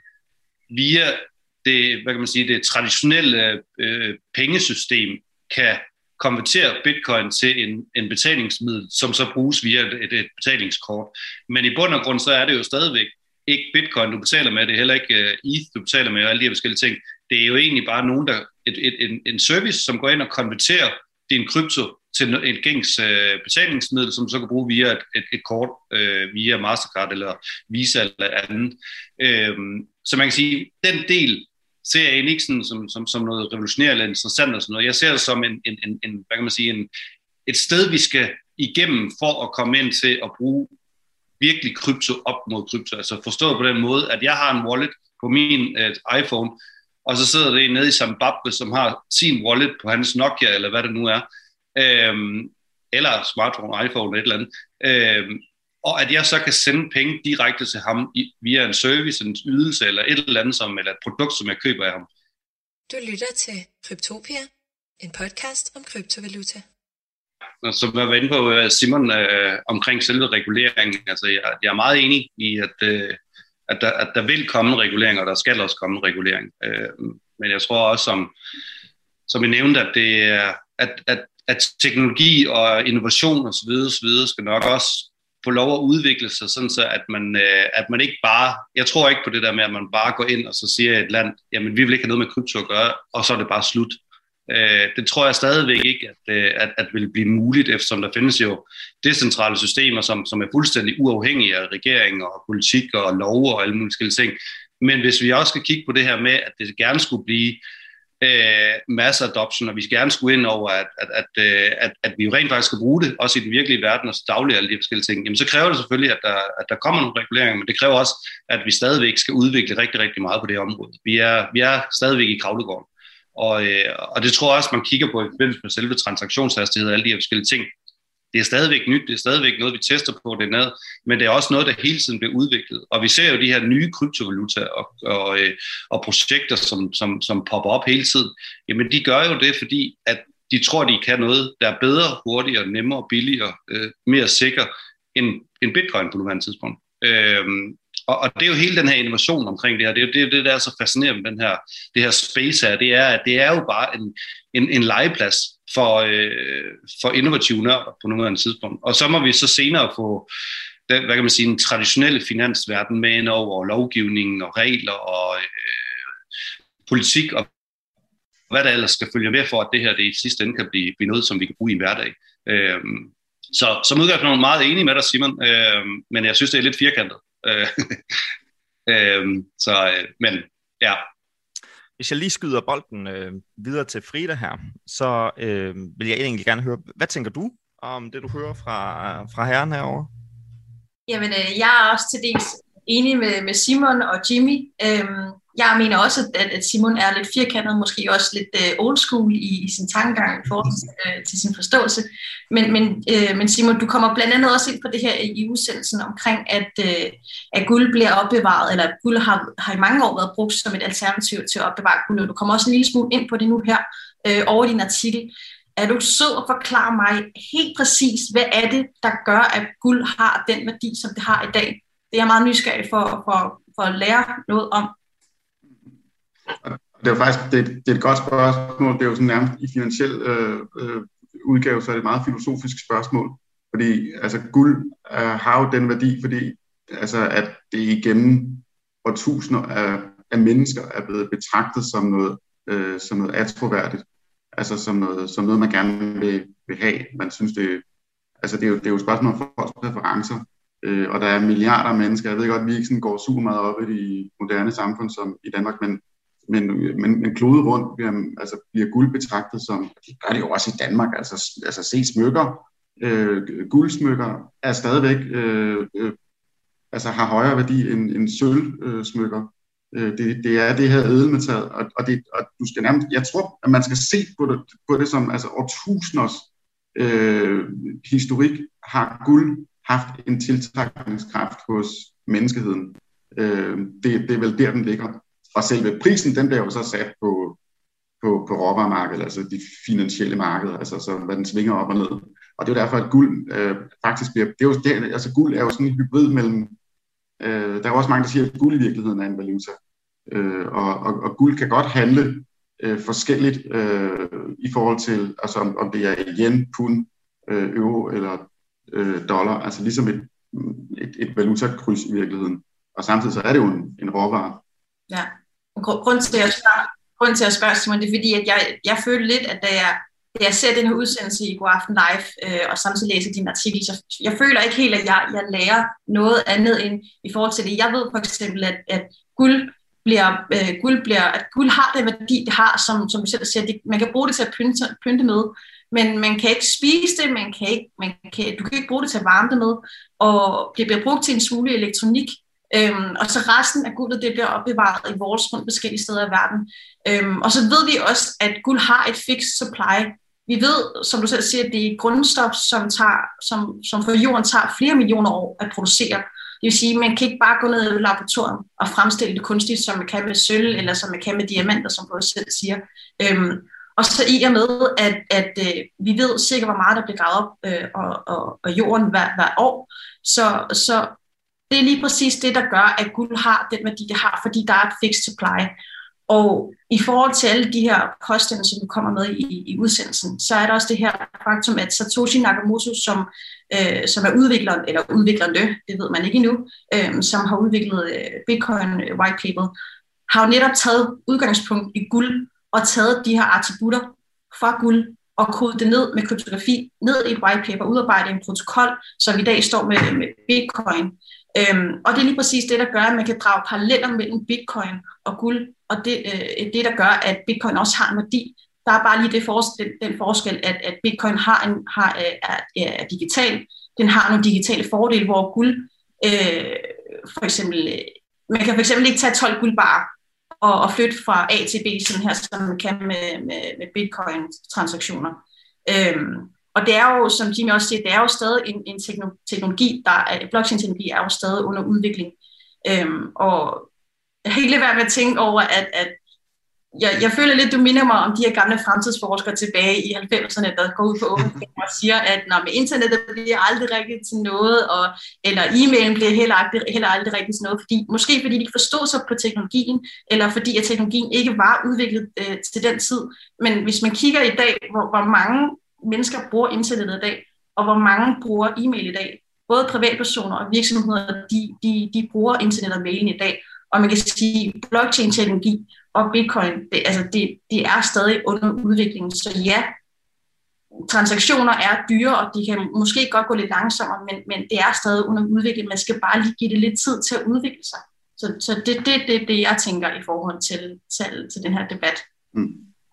via det, hvad kan man sige, det traditionelle øh, pengesystem kan konvertere bitcoin til en, en betalingsmiddel, som så bruges via et, et betalingskort. Men i bund og grund, så er det jo stadigvæk ikke bitcoin, du betaler med, det er heller ikke uh, E T H, du betaler med, og alle de her forskellige ting. Det er jo egentlig bare nogen, der, et, et, en, en service, som går ind og konverterer din krypto til et gængs uh, betalingsmiddel, som så kan bruge via et, et, et kort, uh, via Mastercard eller Visa eller andet. Uh, så man kan sige, den del ser jeg egentlig ikke sådan, som, som, som noget revolutionerende eller interessant og sådan noget. Jeg ser det som en, en, en, en hvad kan man sige, en, et sted, vi skal igennem for at komme ind til at bruge virkelig krypto op mod krypto. Altså forstået på den måde, at jeg har en wallet på min uh, iPhone, og så sidder det nede i Zimbabwe, som har sin wallet på hans Nokia, eller hvad det nu er, øhm, eller smartphone, iPhone, et eller andet, øhm, og at jeg så kan sende penge direkte til ham i, via en service, en ydelse, eller et eller andet, som, eller et produkt, som jeg køber af ham. Du lytter til Kryptopia, en podcast om kryptovaluta. Som jeg var inde på, Simon, øh, omkring selve reguleringen, altså jeg, jeg er meget enig i, at, øh, at, der, at der vil komme en regulering, og der skal også komme en regulering. Øh, men jeg tror også, som, som jeg nævnte, at, det er, at, at, at teknologi og innovation osv. osv. skal nok også få lov at udvikle sig, sådan så at man, øh, at man ikke bare, jeg tror ikke på det der med, at man bare går ind og så siger et land, jamen vi vil ikke have noget med krypto at gøre, og så er det bare slut. Øh, det tror jeg stadigvæk ikke, at, at, at vil blive muligt, eftersom der findes jo decentrale systemer, som, som er fuldstændig uafhængige af regeringer og politik og love og alle mulige ting. Men hvis vi også skal kigge på det her med, at det gerne skulle blive øh, mass adoption, og vi gerne skulle ind over, at, at, at, at, at vi jo rent faktisk skal bruge det, også i den virkelige verden og dagligt alle de forskellige ting, jamen så kræver det selvfølgelig, at der, at der kommer nogle reguleringer, men det kræver også, at vi stadigvæk skal udvikle rigtig, rigtig meget på det område. Vi er, vi er stadigvæk i kravlegården. Og, øh, og det tror jeg også, man kigger på i forbindelse med selve transaktionshastighed og alle de her forskellige ting. Det er stadigvæk nyt, det er stadigvæk noget, vi tester på, det ned, men det er også noget, der hele tiden bliver udviklet. Og vi ser jo de her nye kryptovalutaer og, og, øh, og projekter, som, som, som popper op hele tiden. Jamen de gør jo det, fordi at de tror, de kan noget, der er bedre, hurtigere, nemmere, billigere, øh, mere sikker end, end Bitcoin på nuværende tidspunkt. Øh, Og, og det er jo hele den her innovation omkring det her, det er jo det, det der er så fascinerende med den her, det her space her, det er, at det er jo bare en, en, en legeplads for, øh, for innovative nørder på nuværende tidspunkt. Og så må vi så senere få, den, hvad kan man sige, en traditionelle finansverden med ind over lovgivningen og regler og øh, politik og hvad der ellers skal følge med for, at det her det i sidste ende kan blive, blive noget, som vi kan bruge i en hverdag. Øh, så som udgangspunkt er jeg meget enig med dig, Simon, øh, men jeg synes, det er lidt firkantet. øh, så, øh, men ja. Hvis jeg lige skyder bolden øh, videre til Frida her, så øh, vil jeg egentlig gerne høre, hvad tænker du om det, du hører fra, fra herren herovre? Jamen, øh, jeg er også til dels enig med, med Simon og Jimmy. Øhm, jeg mener også, at, at Simon er lidt firkantet, måske også lidt øh, old school i, i sin tankegang i forhold til, øh, til sin forståelse. Men, men, øh, men Simon, du kommer blandt andet også ind på det her i udsendelsen omkring, at, øh, at guld bliver opbevaret, eller at guld har, har i mange år været brugt som et alternativ til at opbevare guld. Du kommer også en lille smule ind på det nu her øh, over din artikel. Er du sød at forklare mig helt præcis, hvad er det, der gør, at guld har den værdi, som det har i dag? Det er jeg meget nysgerrig for, for, for at lære noget om. Det er jo faktisk det, det er et godt spørgsmål. Det er jo sådan nærmest i finansiel øh, øh, udgave, så er det et meget filosofisk spørgsmål. Fordi altså, guld øh, har jo den værdi, fordi altså, at det igennem årtusinder af, af mennesker er blevet betragtet som noget, øh, som noget atroværdigt. Altså som noget, som noget man gerne vil, vil have. Man synes, det, altså, det, er jo, det er jo et spørgsmål om folks præferencer. Øh, og der er milliarder af mennesker. Jeg ved godt, at vi ikke sådan går super meget op i de moderne samfund som i Danmark, men Men, men, men klodet rundt bliver, altså, bliver guld betragtet som, det gør det jo også i Danmark, altså, altså se smykker, øh, guldsmykker er stadigvæk, øh, øh, altså har højere værdi end, end sølvsmykker. Øh, det, det er det her ædelmetal, og, og, det, og du skal nærmest, jeg tror, at man skal se på det, på det som altså årtusinders øh, historik, har guld haft en tiltrækningskraft hos menneskeheden. Øh, det, det er vel der, den ligger. Og selve prisen, den bliver jo så sat på, på, på råvaremarkedet, altså de finansielle markeder, altså så hvad den svinger op og ned. Og det er jo derfor, at guld øh, faktisk bliver, det er jo, det, altså guld er jo sådan en hybrid mellem, øh, der er jo også mange, der siger, at guld i virkeligheden er en valuta. Øh, og, og, og guld kan godt handle øh, forskelligt øh, i forhold til, altså om, om det er yen, pund, øh, euro eller øh, dollar, altså ligesom et, et, et valutakryds i virkeligheden. Og samtidig så er det jo en, en råvare. Ja, grund til at spørge, grund til at spørge Simon, det er fordi, at jeg, jeg følte lidt, at da jeg, da jeg ser den her udsendelse i God Aften Live, øh, og samtidig læser din artikel, så jeg føler ikke helt, at jeg, jeg lærer noget andet end i forhold til det. Jeg ved for eksempel, at, at guld bliver, øh, guld bliver, at guld har den værdi, det har, som, som du selv siger, det, man kan bruge det til at pynte, pynte med, men man kan ikke spise det, man kan ikke, man kan, du kan ikke bruge det til at varme det med, og det bliver brugt til en smule elektronik, øhm, og så resten af guldet, det bliver opbevaret i vores rundt forskellige steder i verden. Øhm, og så ved vi også, at guld har et fixed supply. Vi ved, som du selv siger, at det er et grundstof, som, tager, som, som for jorden tager flere millioner år at producere. Det vil sige, at man kan ikke bare gå ned i laboratoriet og fremstille det kunstigt, som man kan med sølv, eller som man kan med diamanter, som du også selv siger. Øhm, og så i og med, at, at øh, vi ved sikkert, hvor meget der bliver gravet op øh, og, og, og jorden hver, hver år. Så, så det er lige præcis det, der gør, at guld har den værdi, det har, fordi der er et fixed supply. Og i forhold til alle de her påstande, som du kommer med i, i udsendelsen, så er der også det her faktum, at Satoshi Nakamoto, som, øh, som er udvikleren, eller udviklerne, det ved man ikke endnu, øh, som har udviklet øh, Bitcoin White Paper, har jo netop taget udgangspunkt i guld, og taget de her attributter fra guld, og kodet det ned med kryptografi, ned i et white paper, udarbejdet en protokol, som i dag står med, med Bitcoin. Øhm, og det er lige præcis det, der gør, at man kan drage paralleller mellem Bitcoin og guld, og det øh, det, der gør, at Bitcoin også har en værdi. Der er bare lige det for, den, den forskel, at, at Bitcoin har en, har, er, er digital. Den har nogle digitale fordele, hvor guld, øh, for eksempel, man kan for eksempel ikke tage tolv guldbarer og, og flytte fra A til B, sådan her, som man kan med, med, med Bitcoin-transaktioner. Øhm, og det er jo, som Jimmy også siger, det er jo stadig en, en teknologi, der er, blockchain-teknologi er jo stadig under udvikling. Øhm, og jeg har ikke været med at tænke over, at, at jeg, jeg føler lidt, du minder mig om de her gamle fremtidsforskere tilbage i halvfemserne, der går ud på åben og siger, at når med internettet bliver aldrig rigtigt til noget, og, eller e-mailen bliver heller aldrig, heller aldrig rigtigt til noget, fordi, måske fordi de ikke forstod sig på teknologien, eller fordi at teknologien ikke var udviklet øh, til den tid. Men hvis man kigger i dag, hvor, hvor mange mennesker bruger internettet i dag, og hvor mange bruger e-mail i dag, både privatpersoner og virksomheder, de, de, de bruger internet og mailen i dag, og man kan sige, blockchain-teknologi og bitcoin, det, altså det, det er stadig under udvikling. Så ja, transaktioner er dyre, og de kan måske godt gå lidt langsommere, men, men det er stadig under udvikling. Man skal bare lige give det lidt tid til at udvikle sig. Så, så det er det, det, det, jeg tænker i forhold til, til, til den her debat. Mm.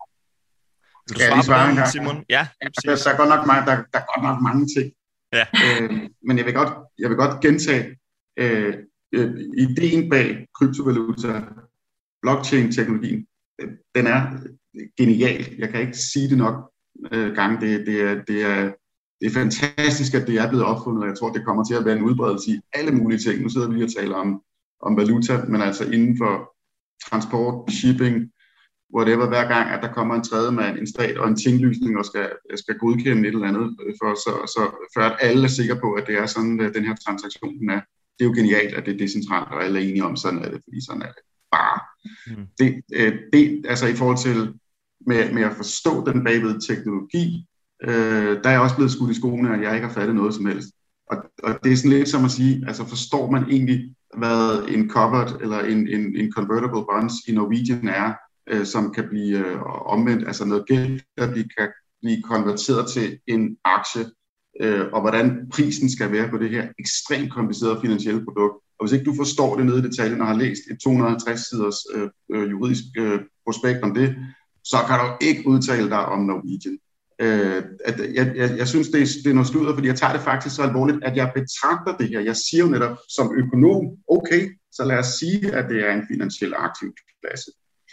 Vil du svare på den, Simon? Ja, der, der, er godt nok mange, der, der er godt nok mange ting. Ja. øh, men jeg vil godt, jeg vil godt gentage, øh, øh, ideen bag kryptovaluta, blockchain-teknologien, øh, den er genial. Jeg kan ikke sige det nok øh, gange. Det, det, er, det, er, det er fantastisk, at det er blevet opfundet, og jeg tror, det kommer til at være en udbredelse i alle mulige ting. Nu sidder vi lige og taler om, om valuta, men altså inden for transport, shipping, whatever, hver gang, at der kommer en tredje mand, en stat og en tinglysning og skal, skal godkende et eller andet, for, så, så, for at alle er sikre på, at det er sådan, at den her transaktion den er. Det er jo genialt, at det er decentralt, og alle er enige om, sådan er det, fordi sådan er det bare. Mm. Det, det, altså i forhold til med, med at forstå den bagved teknologi, øh, der er jeg også blevet skudt i skoene, at jeg ikke har fattet noget som helst. Og, og det er sådan lidt som at sige, altså forstår man egentlig, hvad en covered eller en, en, en convertible bonds i Norwegian er, øh, som kan blive øh, omvendt, altså noget gæld, der kan blive konverteret til en aktie, øh, og hvordan prisen skal være på det her ekstremt komplicerede finansielle produkt. Og hvis ikke du forstår det nede i detaljen og har læst et to hundrede og halvtreds siders øh, juridisk øh, prospekt om det, så kan du ikke udtale dig om Norwegian. Øh, at jeg, jeg, jeg synes, det er, det er noget sludder, fordi jeg tager det faktisk så alvorligt, at jeg betragter det her. Jeg siger jo netop som økonom, okay, så lad os sige, at det er en finansiel aktiv klasse.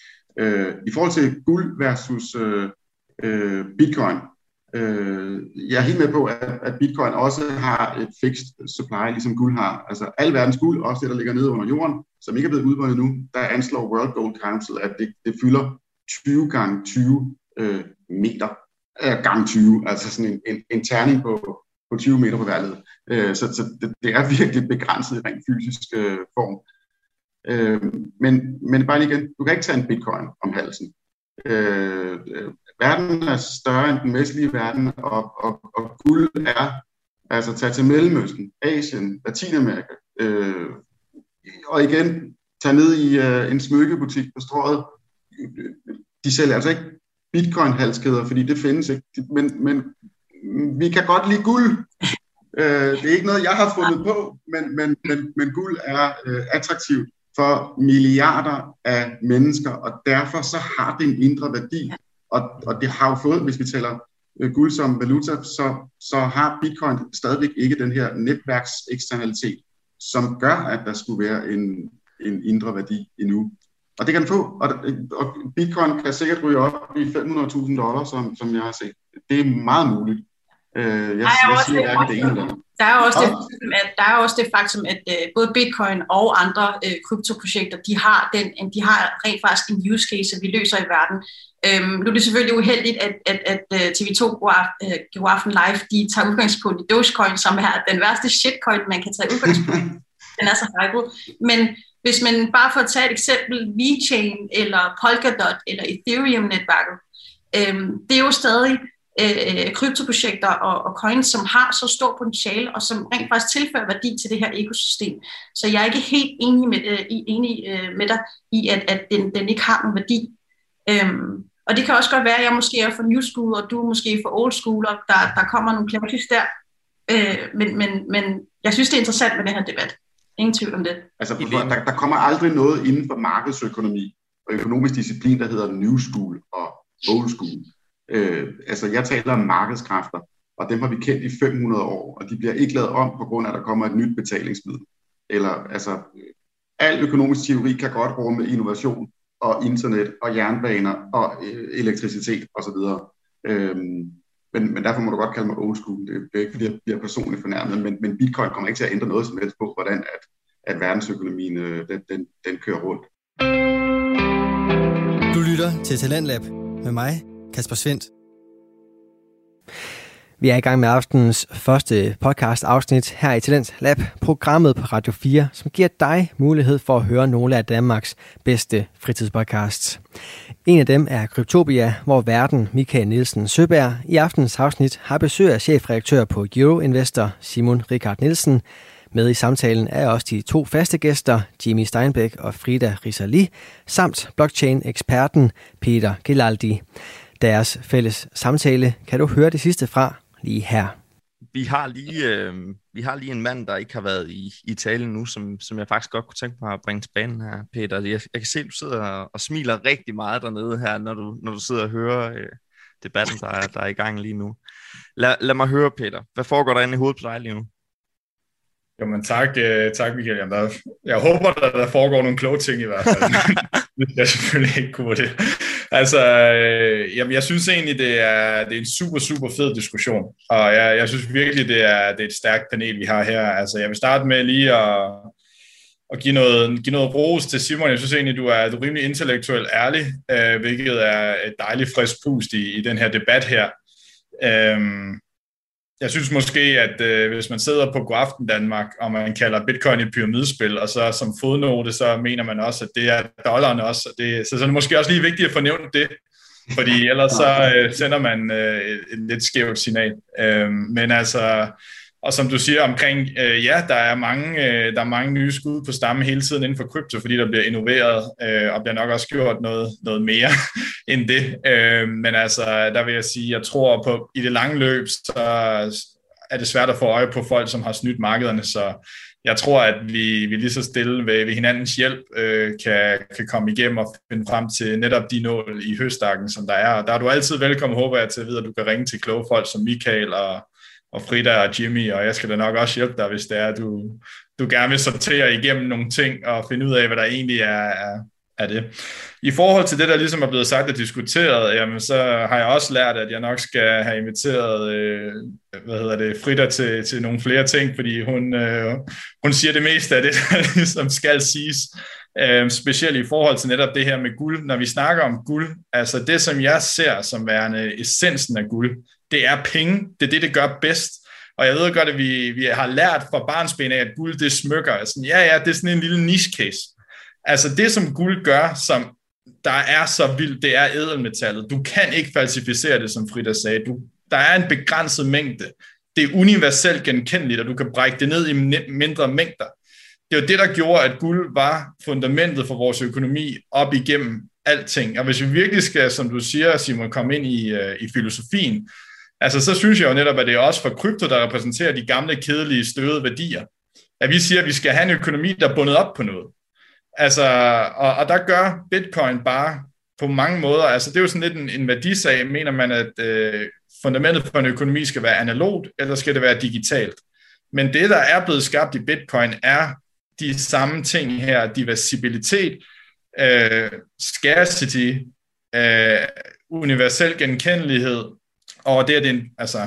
Øh, I forhold til guld versus øh, øh, bitcoin, øh, jeg er helt med på, at, at bitcoin også har et fixed supply, ligesom guld har. Altså al verdens guld, også det, der ligger nede under jorden, som ikke er blevet udvundet nu, der anslår World Gold Council, at det, det fylder tyve gange tyve øh, meter. Gang tyve, altså sådan en, en, en terning på, på tyve meter på hver led. Øh, så så det, det er virkelig begrænset i rent fysisk øh, form. Øh, men, men bare lige igen, du kan ikke tage en bitcoin om halsen. Øh, verden er større end den vestlige verden, og, og, og guld er, altså tage til Mellemøsten, Asien, Latinamerika, øh, og igen, tage ned i øh, en smykkebutik på Strøget. De sælger altså ikke bitcoin-halskæder, fordi det findes ikke. Men, men vi kan godt lide guld. Øh, det er ikke noget, jeg har fundet på, men, men, men, men guld er øh, attraktivt for milliarder af mennesker, og derfor så har det en indre værdi. Og, og det har jo fået, hvis vi taler øh, guld som valuta, så, så har bitcoin stadigvæk ikke den her netværkseksternalitet, som gør, at der skulle være en, en indre værdi endnu. Og det kan den få, og, og bitcoin kan sikkert ryge op i fem hundrede tusind dollar, som, som jeg har set. Det er meget muligt. Øh, jeg, jeg siger hverken det ene eller andet. Der er også det, at der er også det faktum, at uh, både Bitcoin og andre uh, kryptoprojekter, de har den, de har rent faktisk en use case, vi løser i verden. Um, nu er det selvfølgelig uheldigt, at, at, at uh, T V to God Aften Live, de tager udgangspunkt i Dogecoin, som er den værste shitcoin, man kan tage udgangspunkt i. Den er så hyped. Men hvis man bare får tage et eksempel, VeChain eller Polkadot eller Ethereum-netværket, um, det er jo stadig Øh, kryptoprojekter og, og coins, som har så stor potentiale, og som rent faktisk tilfører værdi til det her økosystem. Så jeg er ikke helt enig med, øh, enig, øh, med dig i, at, at den, den ikke har nogen værdi. Øhm, og det kan også godt være, at jeg måske er for new school, og du er måske for old school, og der, der kommer nogle clarity der. Øh, men, men, men jeg synes, det er interessant med den her debat. Ingen tvivl om det. Altså, der, der kommer aldrig noget inden for markedsøkonomi og økonomisk disciplin, der hedder new school og old school. Øh, altså jeg taler om markedskræfter, og dem har vi kendt i fem hundrede år, og de bliver ikke lavet om på grund af, at der kommer et nyt betalingsmiddel. Eller altså, al økonomisk teori kan godt rumme innovation og internet og jernbaner og øh, elektricitet osv. Øhm, men, men derfor må du godt kalde mig old school. Det er ikke, fordi jeg bliver personligt fornærmet, men, men bitcoin kommer ikke til at ændre noget som helst på, hvordan at, at verdensøkonomien øh, den, den, den kører rundt. Du lytter til Talentlab med mig, Kasper Svendt. Vi er i gang med aftenens første podcast afsnit her i Talent Lab, programmet på Radio fire, som giver dig mulighed for at høre nogle af Danmarks bedste fritidspodcasts. En af dem er Cryptopia, hvor værten Michael Nielsen Søberg i aftenens afsnit har besøg af chefredaktør på Euro Investor Simon Richard Nielsen. Med i samtalen er også de to faste gæster, Jimmy Steinbeck og Frida Risali, samt blockchain-eksperten Peter Gelaldi. Deres fælles samtale kan du høre det sidste fra lige her. Vi har lige, øh, vi har lige en mand, der ikke har været i, i talen nu, som, som jeg faktisk godt kunne tænke mig at bringe til banen her, Peter. Jeg, jeg kan se, at du sidder og, og smiler rigtig meget dernede her, når du, når du sidder og hører øh, debatten, der er, der er i gang lige nu. Lad, lad mig høre, Peter. Hvad foregår der inde i hovedet på dig lige nu? Jamen tak, uh, tak Michael. Jamen, der, jeg håber, der, der foregår nogle kloge ting i hvert fald. Det jeg selvfølgelig ikke kunne det. Altså, øh, jamen, jeg synes egentlig, det er, det er en super, super fed diskussion. Og jeg, jeg synes virkelig, det er, det er et stærkt panel, vi har her. Altså, jeg vil starte med lige at, at give, noget, give noget ros til Simon. Jeg synes egentlig, du er, du er rimelig intellektuelt ærlig, øh, hvilket er et dejligt frisk pust i, i den her debat her. Øhm, Jeg synes måske, at øh, hvis man sidder på God Aften Danmark, og man kalder bitcoin et pyramidespil, og så som fodnote, så mener man også, at det er dollaren også. Det, så, så er det måske også lige vigtigt at få nævnt det, fordi ellers så øh, sender man øh, et, et lidt skævt signal. Øh, men altså, og som du siger omkring, øh, ja, der er, mange, øh, der er mange nye skud på stammen hele tiden inden for krypto, fordi der bliver innoveret, øh, og bliver nok også gjort noget, noget mere end det. Øh, men altså, der vil jeg sige, jeg tror på, i det lange løb, så er det svært at få øje på folk, som har snydt markederne, så jeg tror, at vi, vi lige så stille ved, ved hinandens hjælp øh, kan, kan komme igennem og finde frem til netop de nål i høstakken, som der er. Og der er du altid velkommen, håber jeg, til at vide, at du kan ringe til kloge folk som Michael og og Frida og Jimmy, og jeg skal da nok også hjælpe dig, hvis det er, at du, du gerne vil sortere igennem nogle ting og finde ud af, hvad der egentlig er, er, er det. I forhold til det, der ligesom er blevet sagt og diskuteret, jamen, så har jeg også lært, at jeg nok skal have inviteret øh, hvad hedder det, Frida til, til nogle flere ting, fordi hun, øh, hun siger det meste af det, der ligesom skal siges. Øh, specielt i forhold til netop det her med guld. Når vi snakker om guld, altså det, som jeg ser som værende essensen af guld, det er penge. Det er det, det gør bedst. Og jeg ved godt, at vi, vi har lært fra barnsben af, at guld, det smykker. Altså, ja, ja, det er sådan en lille niche case. Altså det, som guld gør, som der er så vildt, det er ædelmetallet. Du kan ikke falsificere det, som Frida sagde. Du, der er en begrænset mængde. Det er universelt genkendeligt, og du kan brække det ned i mindre mængder. Det er jo det, der gjorde, at guld var fundamentet for vores økonomi op igennem alting. Og hvis vi virkelig skal, som du siger, Simon, komme ind i, uh, i filosofien, altså så synes jeg jo netop, at det er også for krypto, der repræsenterer de gamle, kedelige, støvede værdier. At vi siger, at vi skal have en økonomi, der er bundet op på noget. Altså, og, og der gør bitcoin bare på mange måder, altså det er jo sådan lidt en, en værdisag. Mener man, at øh, fundamentet for en økonomi skal være analogt, eller skal det være digitalt? Men det, der er blevet skabt i Bitcoin, er de samme ting her, diversibilitet, øh, scarcity, øh, universel genkendelighed, og det er det, altså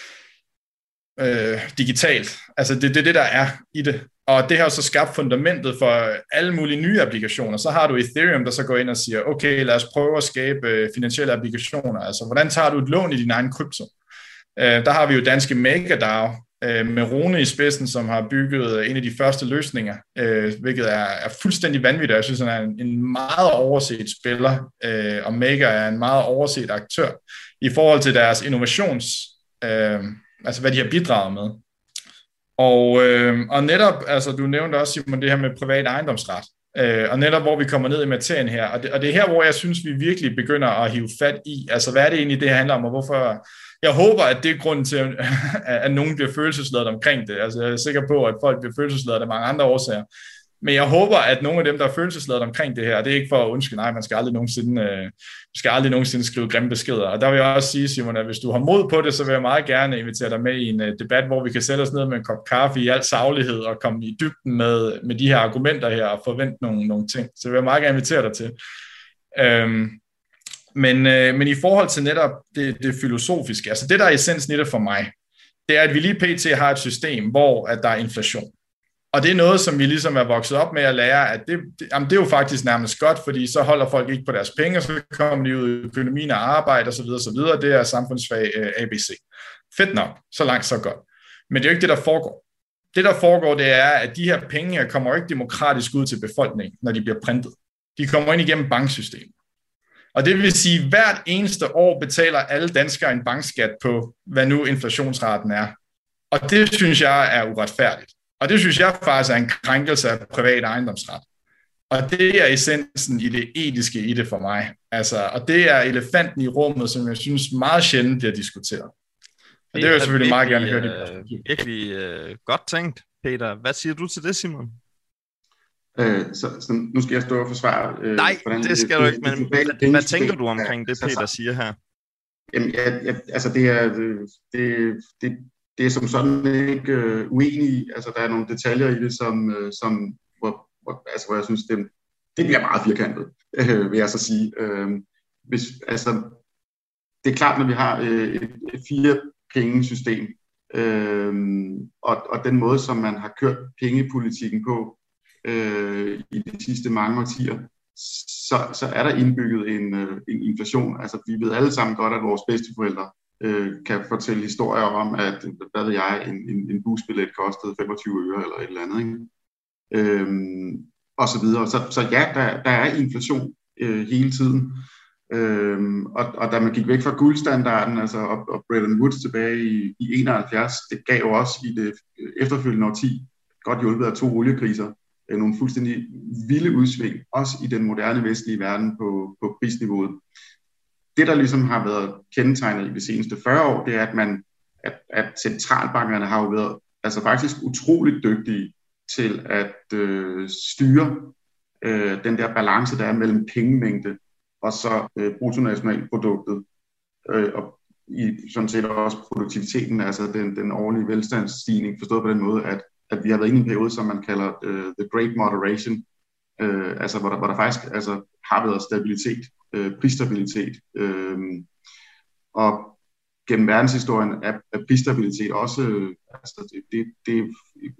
øh, digitalt. Altså det er det, det, der er i det. Og det har så skabt fundamentet for alle mulige nye applikationer. Så har du Ethereum, der så går ind og siger, okay, lad os prøve at skabe finansielle applikationer. Altså, hvordan tager du et lån i din egen krypto? Øh, der har vi jo danske MakerDAO øh, med Rune i spidsen, som har bygget en af de første løsninger, øh, hvilket er, er fuldstændig vanvittigt. Jeg synes, han er en, en meget overset spiller, øh, og Maker er en meget overset aktør i forhold til deres innovations, øh, altså hvad de har bidraget med. Og, øh, og netop, altså du nævnte også, Simon, det her med privat ejendomsret, øh, og netop hvor vi kommer ned i materien her, og det, og det er her, hvor jeg synes, vi virkelig begynder at hive fat i, altså hvad er det egentlig, det handler om, og hvorfor, jeg håber, at det er grunden til, at, at nogen bliver følelsesladet omkring det, altså jeg er sikker på, at folk bliver følelsesladet af mange andre årsager, men jeg håber, at nogle af dem, der er følelsesladet omkring det her, det er ikke for at undskylde, nej, man skal aldrig nogensinde, øh, skal aldrig nogensinde skrive grimme beskeder. Og der vil jeg også sige, Simon, at hvis du har mod på det, så vil jeg meget gerne invitere dig med i en uh, debat, hvor vi kan sætte os ned med en kop kaffe i al saglighed og komme i dybden med, med de her argumenter her og forvente nogle, nogle ting. Så vil jeg meget gerne invitere dig til. Øhm, men, øh, men i forhold til netop det, det filosofiske, altså det, der er essensen i det for mig, det er, at vi lige pt. Har et system, hvor at der er inflation. Og det er noget, som vi ligesom er vokset op med at lære, at det, det, jamen det er jo faktisk nærmest godt, fordi så holder folk ikke på deres penge, og så kommer de ud i økonomien og arbejde osv. osv. Det er samfundsfag øh, A B C. Fedt nok, så langt så godt. Men det er jo ikke det, der foregår. Det, der foregår, det er, at de her penge her kommer ikke demokratisk ud til befolkningen, når de bliver printet. De kommer ind igennem banksystemet. Og det vil sige, at hvert eneste år betaler alle danskere en bankskat på, hvad nu inflationsraten er. Og det synes jeg er uretfærdigt. Og det synes jeg faktisk er en krænkelse af privat ejendomsret. Og det er essensen i det etiske i det for mig. Altså, og det er elefanten i rummet, som jeg synes meget sjældent bliver diskuteret. Og det, det vil jeg selvfølgelig meget gerne høre det. Det er virkelig øh, godt tænkt, Peter. Hvad siger du til det, Simon? Øh, så, så nu skal jeg stå og forsvare... Øh, Nej, hvordan, det skal det, du ikke, men det, hvad, det, hvad tænker du omkring det, Peter siger her? Jamen, jeg, jeg, altså det er... Det, det, Det er som sådan ikke øh, uenig i. Altså, der er nogle detaljer i det, som, øh, som hvor, hvor, altså, hvor jeg synes, det, det bliver meget firkantet, øh, vil jeg så sige. Øh, hvis, altså, det er klart, når vi har øh, et, et fire-pengesystem, øh, og, og den måde, som man har kørt pengepolitikken på øh, i de sidste mange årtier, så, så er der indbygget en, øh, en inflation. Altså, vi ved alle sammen godt, at vores bedsteforældre Øh, kan fortælle historier om, at hvad ved jeg, en, en, en busbillet kostede femogtyve øre eller et eller andet, ikke? Øhm, og så videre. Så, så ja, der, der er inflation øh, hele tiden. Øhm, og, og da man gik væk fra guldstandarden, altså og, og Bretton Woods tilbage i, i enoghalvfjerds, det gav jo også i det efterfølgende årti, godt hjulpet af to oliekriser, øh, nogle fuldstændig vilde udsving, også i den moderne vestlige verden på, på prisniveauet. Det, der ligesom har været kendetegnet i de seneste fyrre år, det er, at, man, at, at centralbankerne har jo været altså faktisk utroligt dygtige til at øh, styre øh, den der balance, der er mellem pengemængde og så øh, bruttonationalproduktet, øh, og i sådan set også produktiviteten, altså den, den årlige velstandsstigning, forstået på den måde, at, at vi har været inde i en periode, som man kalder øh, the great moderation, øh, altså hvor der, hvor der faktisk altså, har været stabilitet, øh, prisstabilitet, øh, og gennem verdenshistorien er, er prisstabilitet også, øh, altså det, det, det,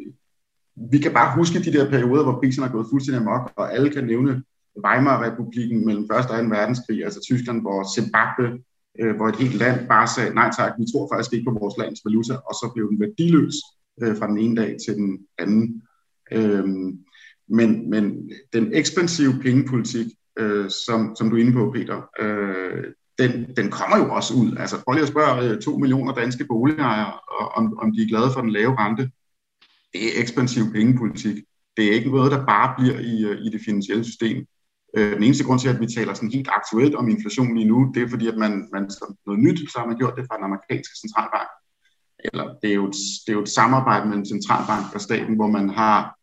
vi kan bare huske de der perioder, hvor priserne er gået fuldstændig amok, og alle kan nævne Weimar-republikken mellem første og anden verdenskrig, altså Tyskland, hvor Zimbabwe, øh, hvor et helt land bare sagde, nej tak, vi tror faktisk ikke på vores lands valuta, og så blev den værdiløs øh, fra den ene dag til den anden. Øh, men, men den ekspansive pengepolitik, øh, som, som du er inde på, Peter, øh, den, den kommer jo også ud. Altså prøv lige at spørge øh, to millioner danske boligejere, om, om de er glade for den lave rente. Det er ekspansiv pengepolitik. Det er ikke noget, der bare bliver i, i det finansielle system. Den eneste grund til, at vi taler sådan helt aktuelt om inflation lige nu, det er fordi, at man, man som noget nyt, så har man gjort det fra den amerikanske centralbank. Eller det er jo et, det er jo et samarbejde mellem centralbank og staten, hvor man har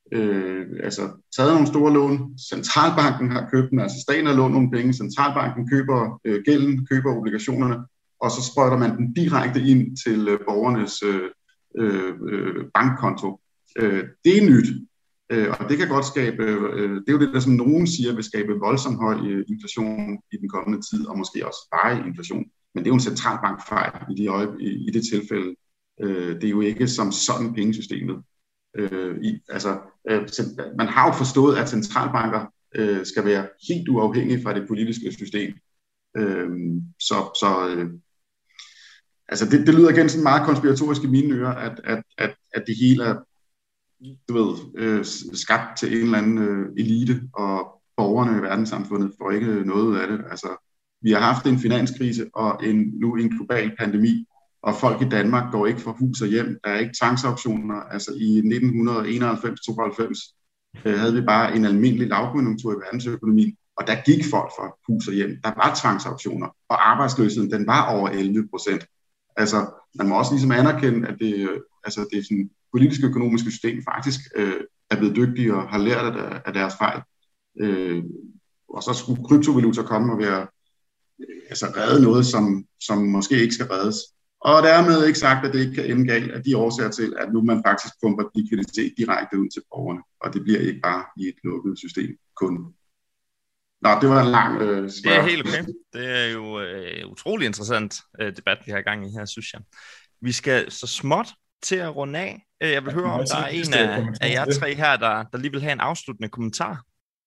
øh, altså taget nogle store lån, centralbanken har købt dem, altså staten har lånt nogle penge, centralbanken køber øh, gælden, køber obligationerne, og så sprøjter man den direkte ind til øh, borgernes øh, øh, bankkonto. Øh, det er nyt, øh, og det kan godt skabe, øh, det er jo det, der som nogen siger, vil skabe voldsomt høj øh, inflation i den kommende tid, og måske også varig inflation. Men det er jo en centralbankfejl i det, øje, i, i det tilfælde. Øh, det er jo ikke som sådan pengesystemet. Øh, i, altså, øh, man har jo forstået, at centralbanker øh, skal være helt uafhængige fra det politiske system. Øh, så så øh, altså det, det lyder igen sådan meget konspiratorisk i mine ører, at, at, at, at det hele er du ved, øh, skabt til en eller anden øh, elite, og borgerne i verdenssamfundet får ikke noget ud af det. Altså, vi har haft en finanskrise og en, nu en global pandemi, og folk i Danmark går ikke fra hus og hjem. Der er ikke tvangsauktioner. Altså i nitten enoghalvfems til tooghalvfems øh, havde vi bare en almindelig lavkonjunktur i verdensøkonomien, og der gik folk fra hus og hjem. Der var tvangsauktioner, og arbejdsløsheden den var over elleve procent. Altså, man må også ligesom anerkende, at det, altså, det sådan, politiske økonomiske system faktisk øh, er blevet dygtige og har lært af, af deres fejl. Øh, og så skulle kryptovaluta komme og være altså redde noget, som, som måske ikke skal reddes. Og dermed ikke sagt, at det ikke kan ende galt af de årsager til, at nu man faktisk pumper likviditet direkte ud til borgerne, og det bliver ikke bare i et lukket system kun. Nå, det var en lang øh, spørg. Det er helt okay. Det er jo øh, utrolig interessant øh, debat, vi har i gang i her, synes jeg. Vi skal så småt til at runde af. Jeg vil høre, om der er en af, af jer tre her, der, der lige vil have en afsluttende kommentar.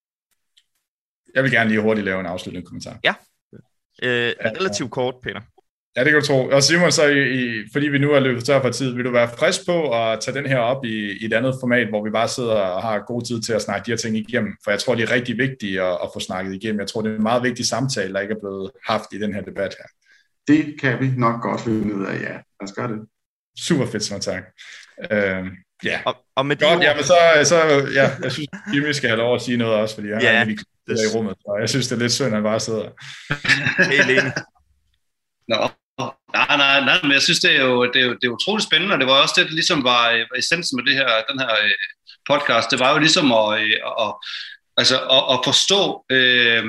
Jeg vil gerne lige hurtigt lave en afsluttende kommentar. Ja. Øh, relativt kort, Peter. Ja, det kan du tro. Og Simon, så i, i, fordi vi nu er løbet tør for tid, vil du være frisk på at tage den her op i, i et andet format, hvor vi bare sidder og har god tid til at snakke de her ting igennem? For jeg tror, det er rigtig vigtigt at, at få snakket igennem. Jeg tror, det er en meget vigtig samtale, der ikke er blevet haft i den her debat her. Det kan vi nok godt finde ud af, ja. Lad os gøre det. Super fedt, Simon, tak. Uh, ja, og, og med godt, jamen så, så ja, jeg synes, Jimmy skal have lov at sige noget også, fordi han ja, er virkelig det... i rummet, og jeg synes, det er lidt synd, at han bare sidder. Helt enig. Nå, nej, nej, nej, men jeg synes, det er jo, det er jo, det er utroligt spændende, og det var også det, der ligesom var, var essensen med det her, den her podcast, det var jo ligesom at, at, altså, at, at forstå øh,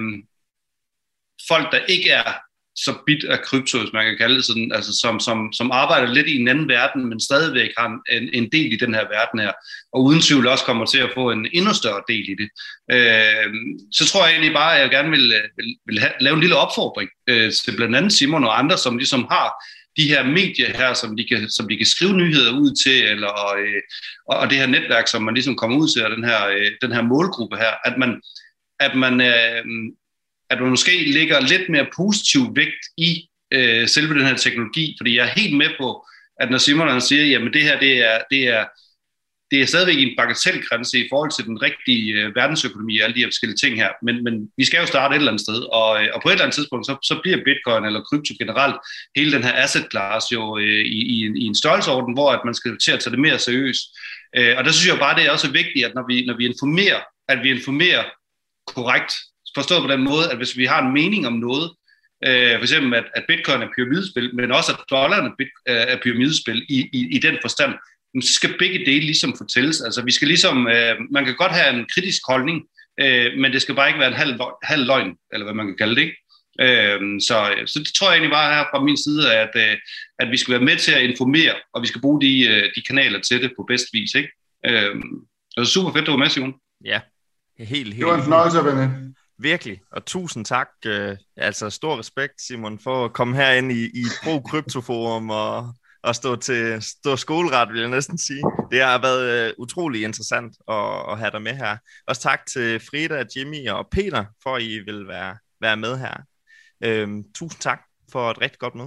folk, der ikke er så bit af krypto, hvis man kan kalde det sådan, altså som, som, som arbejder lidt i en anden verden, men stadigvæk har en, en del i den her verden her, og uden tvivl også kommer til at få en endnu større del i det. Øh, så tror jeg egentlig bare, at jeg gerne vil, vil, vil have, lave en lille opfordring øh, til blandt andet Simon og andre, som ligesom har de her medier her, som de kan, som de kan skrive nyheder ud til, eller, øh, og det her netværk, som man ligesom kommer ud til, og den her, øh, den her målgruppe her, at man, at man øh, at man måske lægger lidt mere positiv vægt i øh, selve den her teknologi, fordi jeg er helt med på, at når Simon han siger, jamen det her, det er, det er, det er stadigvæk en bagatelgrænse i forhold til den rigtige øh, verdensøkonomi og alle de her forskellige ting her, men, men vi skal jo starte et eller andet sted, og, og på et eller andet tidspunkt, så, så bliver bitcoin eller krypto generelt, hele den her asset class jo øh, i, i, en, i en størrelsesorden, hvor at man skal til at tage det mere seriøst. Øh, og der synes jeg bare, det er også vigtigt, at når vi, når vi informerer, at vi informerer korrekt, forstået på den måde, at hvis vi har en mening om noget, øh, for eksempel at, at bitcoin er pyramidespil, men også at dollaren er pyramidespil i, i, i den forstand, så skal begge dele ligesom fortælles. Altså vi skal ligesom, øh, man kan godt have en kritisk holdning, øh, men det skal bare ikke være en halv, halv løgn, eller hvad man kan kalde det, ikke? Øh, så, så det tror jeg egentlig bare her fra min side, at, øh, at vi skal være med til at informere, og vi skal bruge de, øh, de kanaler til det på bedst vis, ikke? Øh, det var super fedt, du var med, Simon. Ja, helt, helt. Det var en fornøjelse at være med. Virkelig, og tusind tak. Øh, altså stor respekt, Simon, for at komme herind i, i Pro Kryptoforum og, og stå til stå skoleret, vil jeg næsten sige. Det har været øh, utrolig interessant at, at have dig med her. Også tak til Frida, Jimmy og Peter, for at I vil være, være med her. Øh, tusind tak for et rigtig godt møde.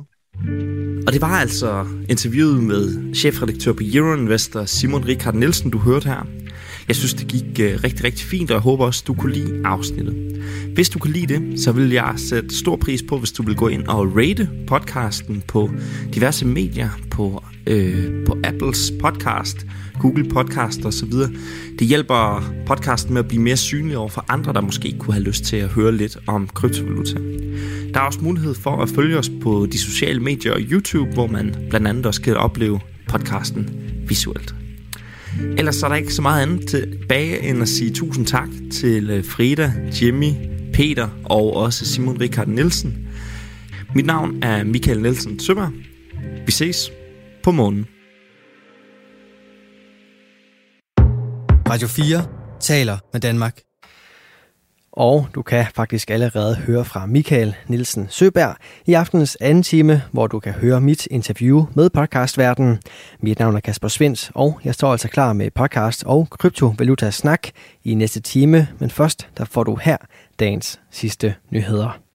Og det var altså interviewet med chefredaktør på Euroinvestor, Simon Richard Nielsen, du hørte her. Jeg synes, det gik uh, rigtig, rigtig fint, og jeg håber også, du kunne lide afsnittet. Hvis du kan lide det, så vil jeg sætte stor pris på, hvis du vil gå ind og rate podcasten på diverse medier, på, øh, på Apples podcast, Google Podcast osv. Det hjælper podcasten med at blive mere synlig over for andre, der måske kunne have lyst til at høre lidt om kryptovaluta. Der er også mulighed for at følge os på de sociale medier og YouTube, hvor man blandt andet også kan opleve podcasten visuelt. Ellers så er der ikke så meget andet tilbage end at sige tusind tak til Frida, Jimmy, Peter og også Simon Richard Nielsen. Mit navn er Michael Nielsen Søberg. Vi ses på månen. Radio fire taler med Danmark. Og du kan faktisk allerede høre fra Michael Nielsen Søberg i aftenens anden time, hvor du kan høre mit interview med podcastverdenen. Mit navn er Kasper Svens, og jeg står altså klar med podcast og kryptovaluta snak i næste time. Men først, der får du her dagens sidste nyheder.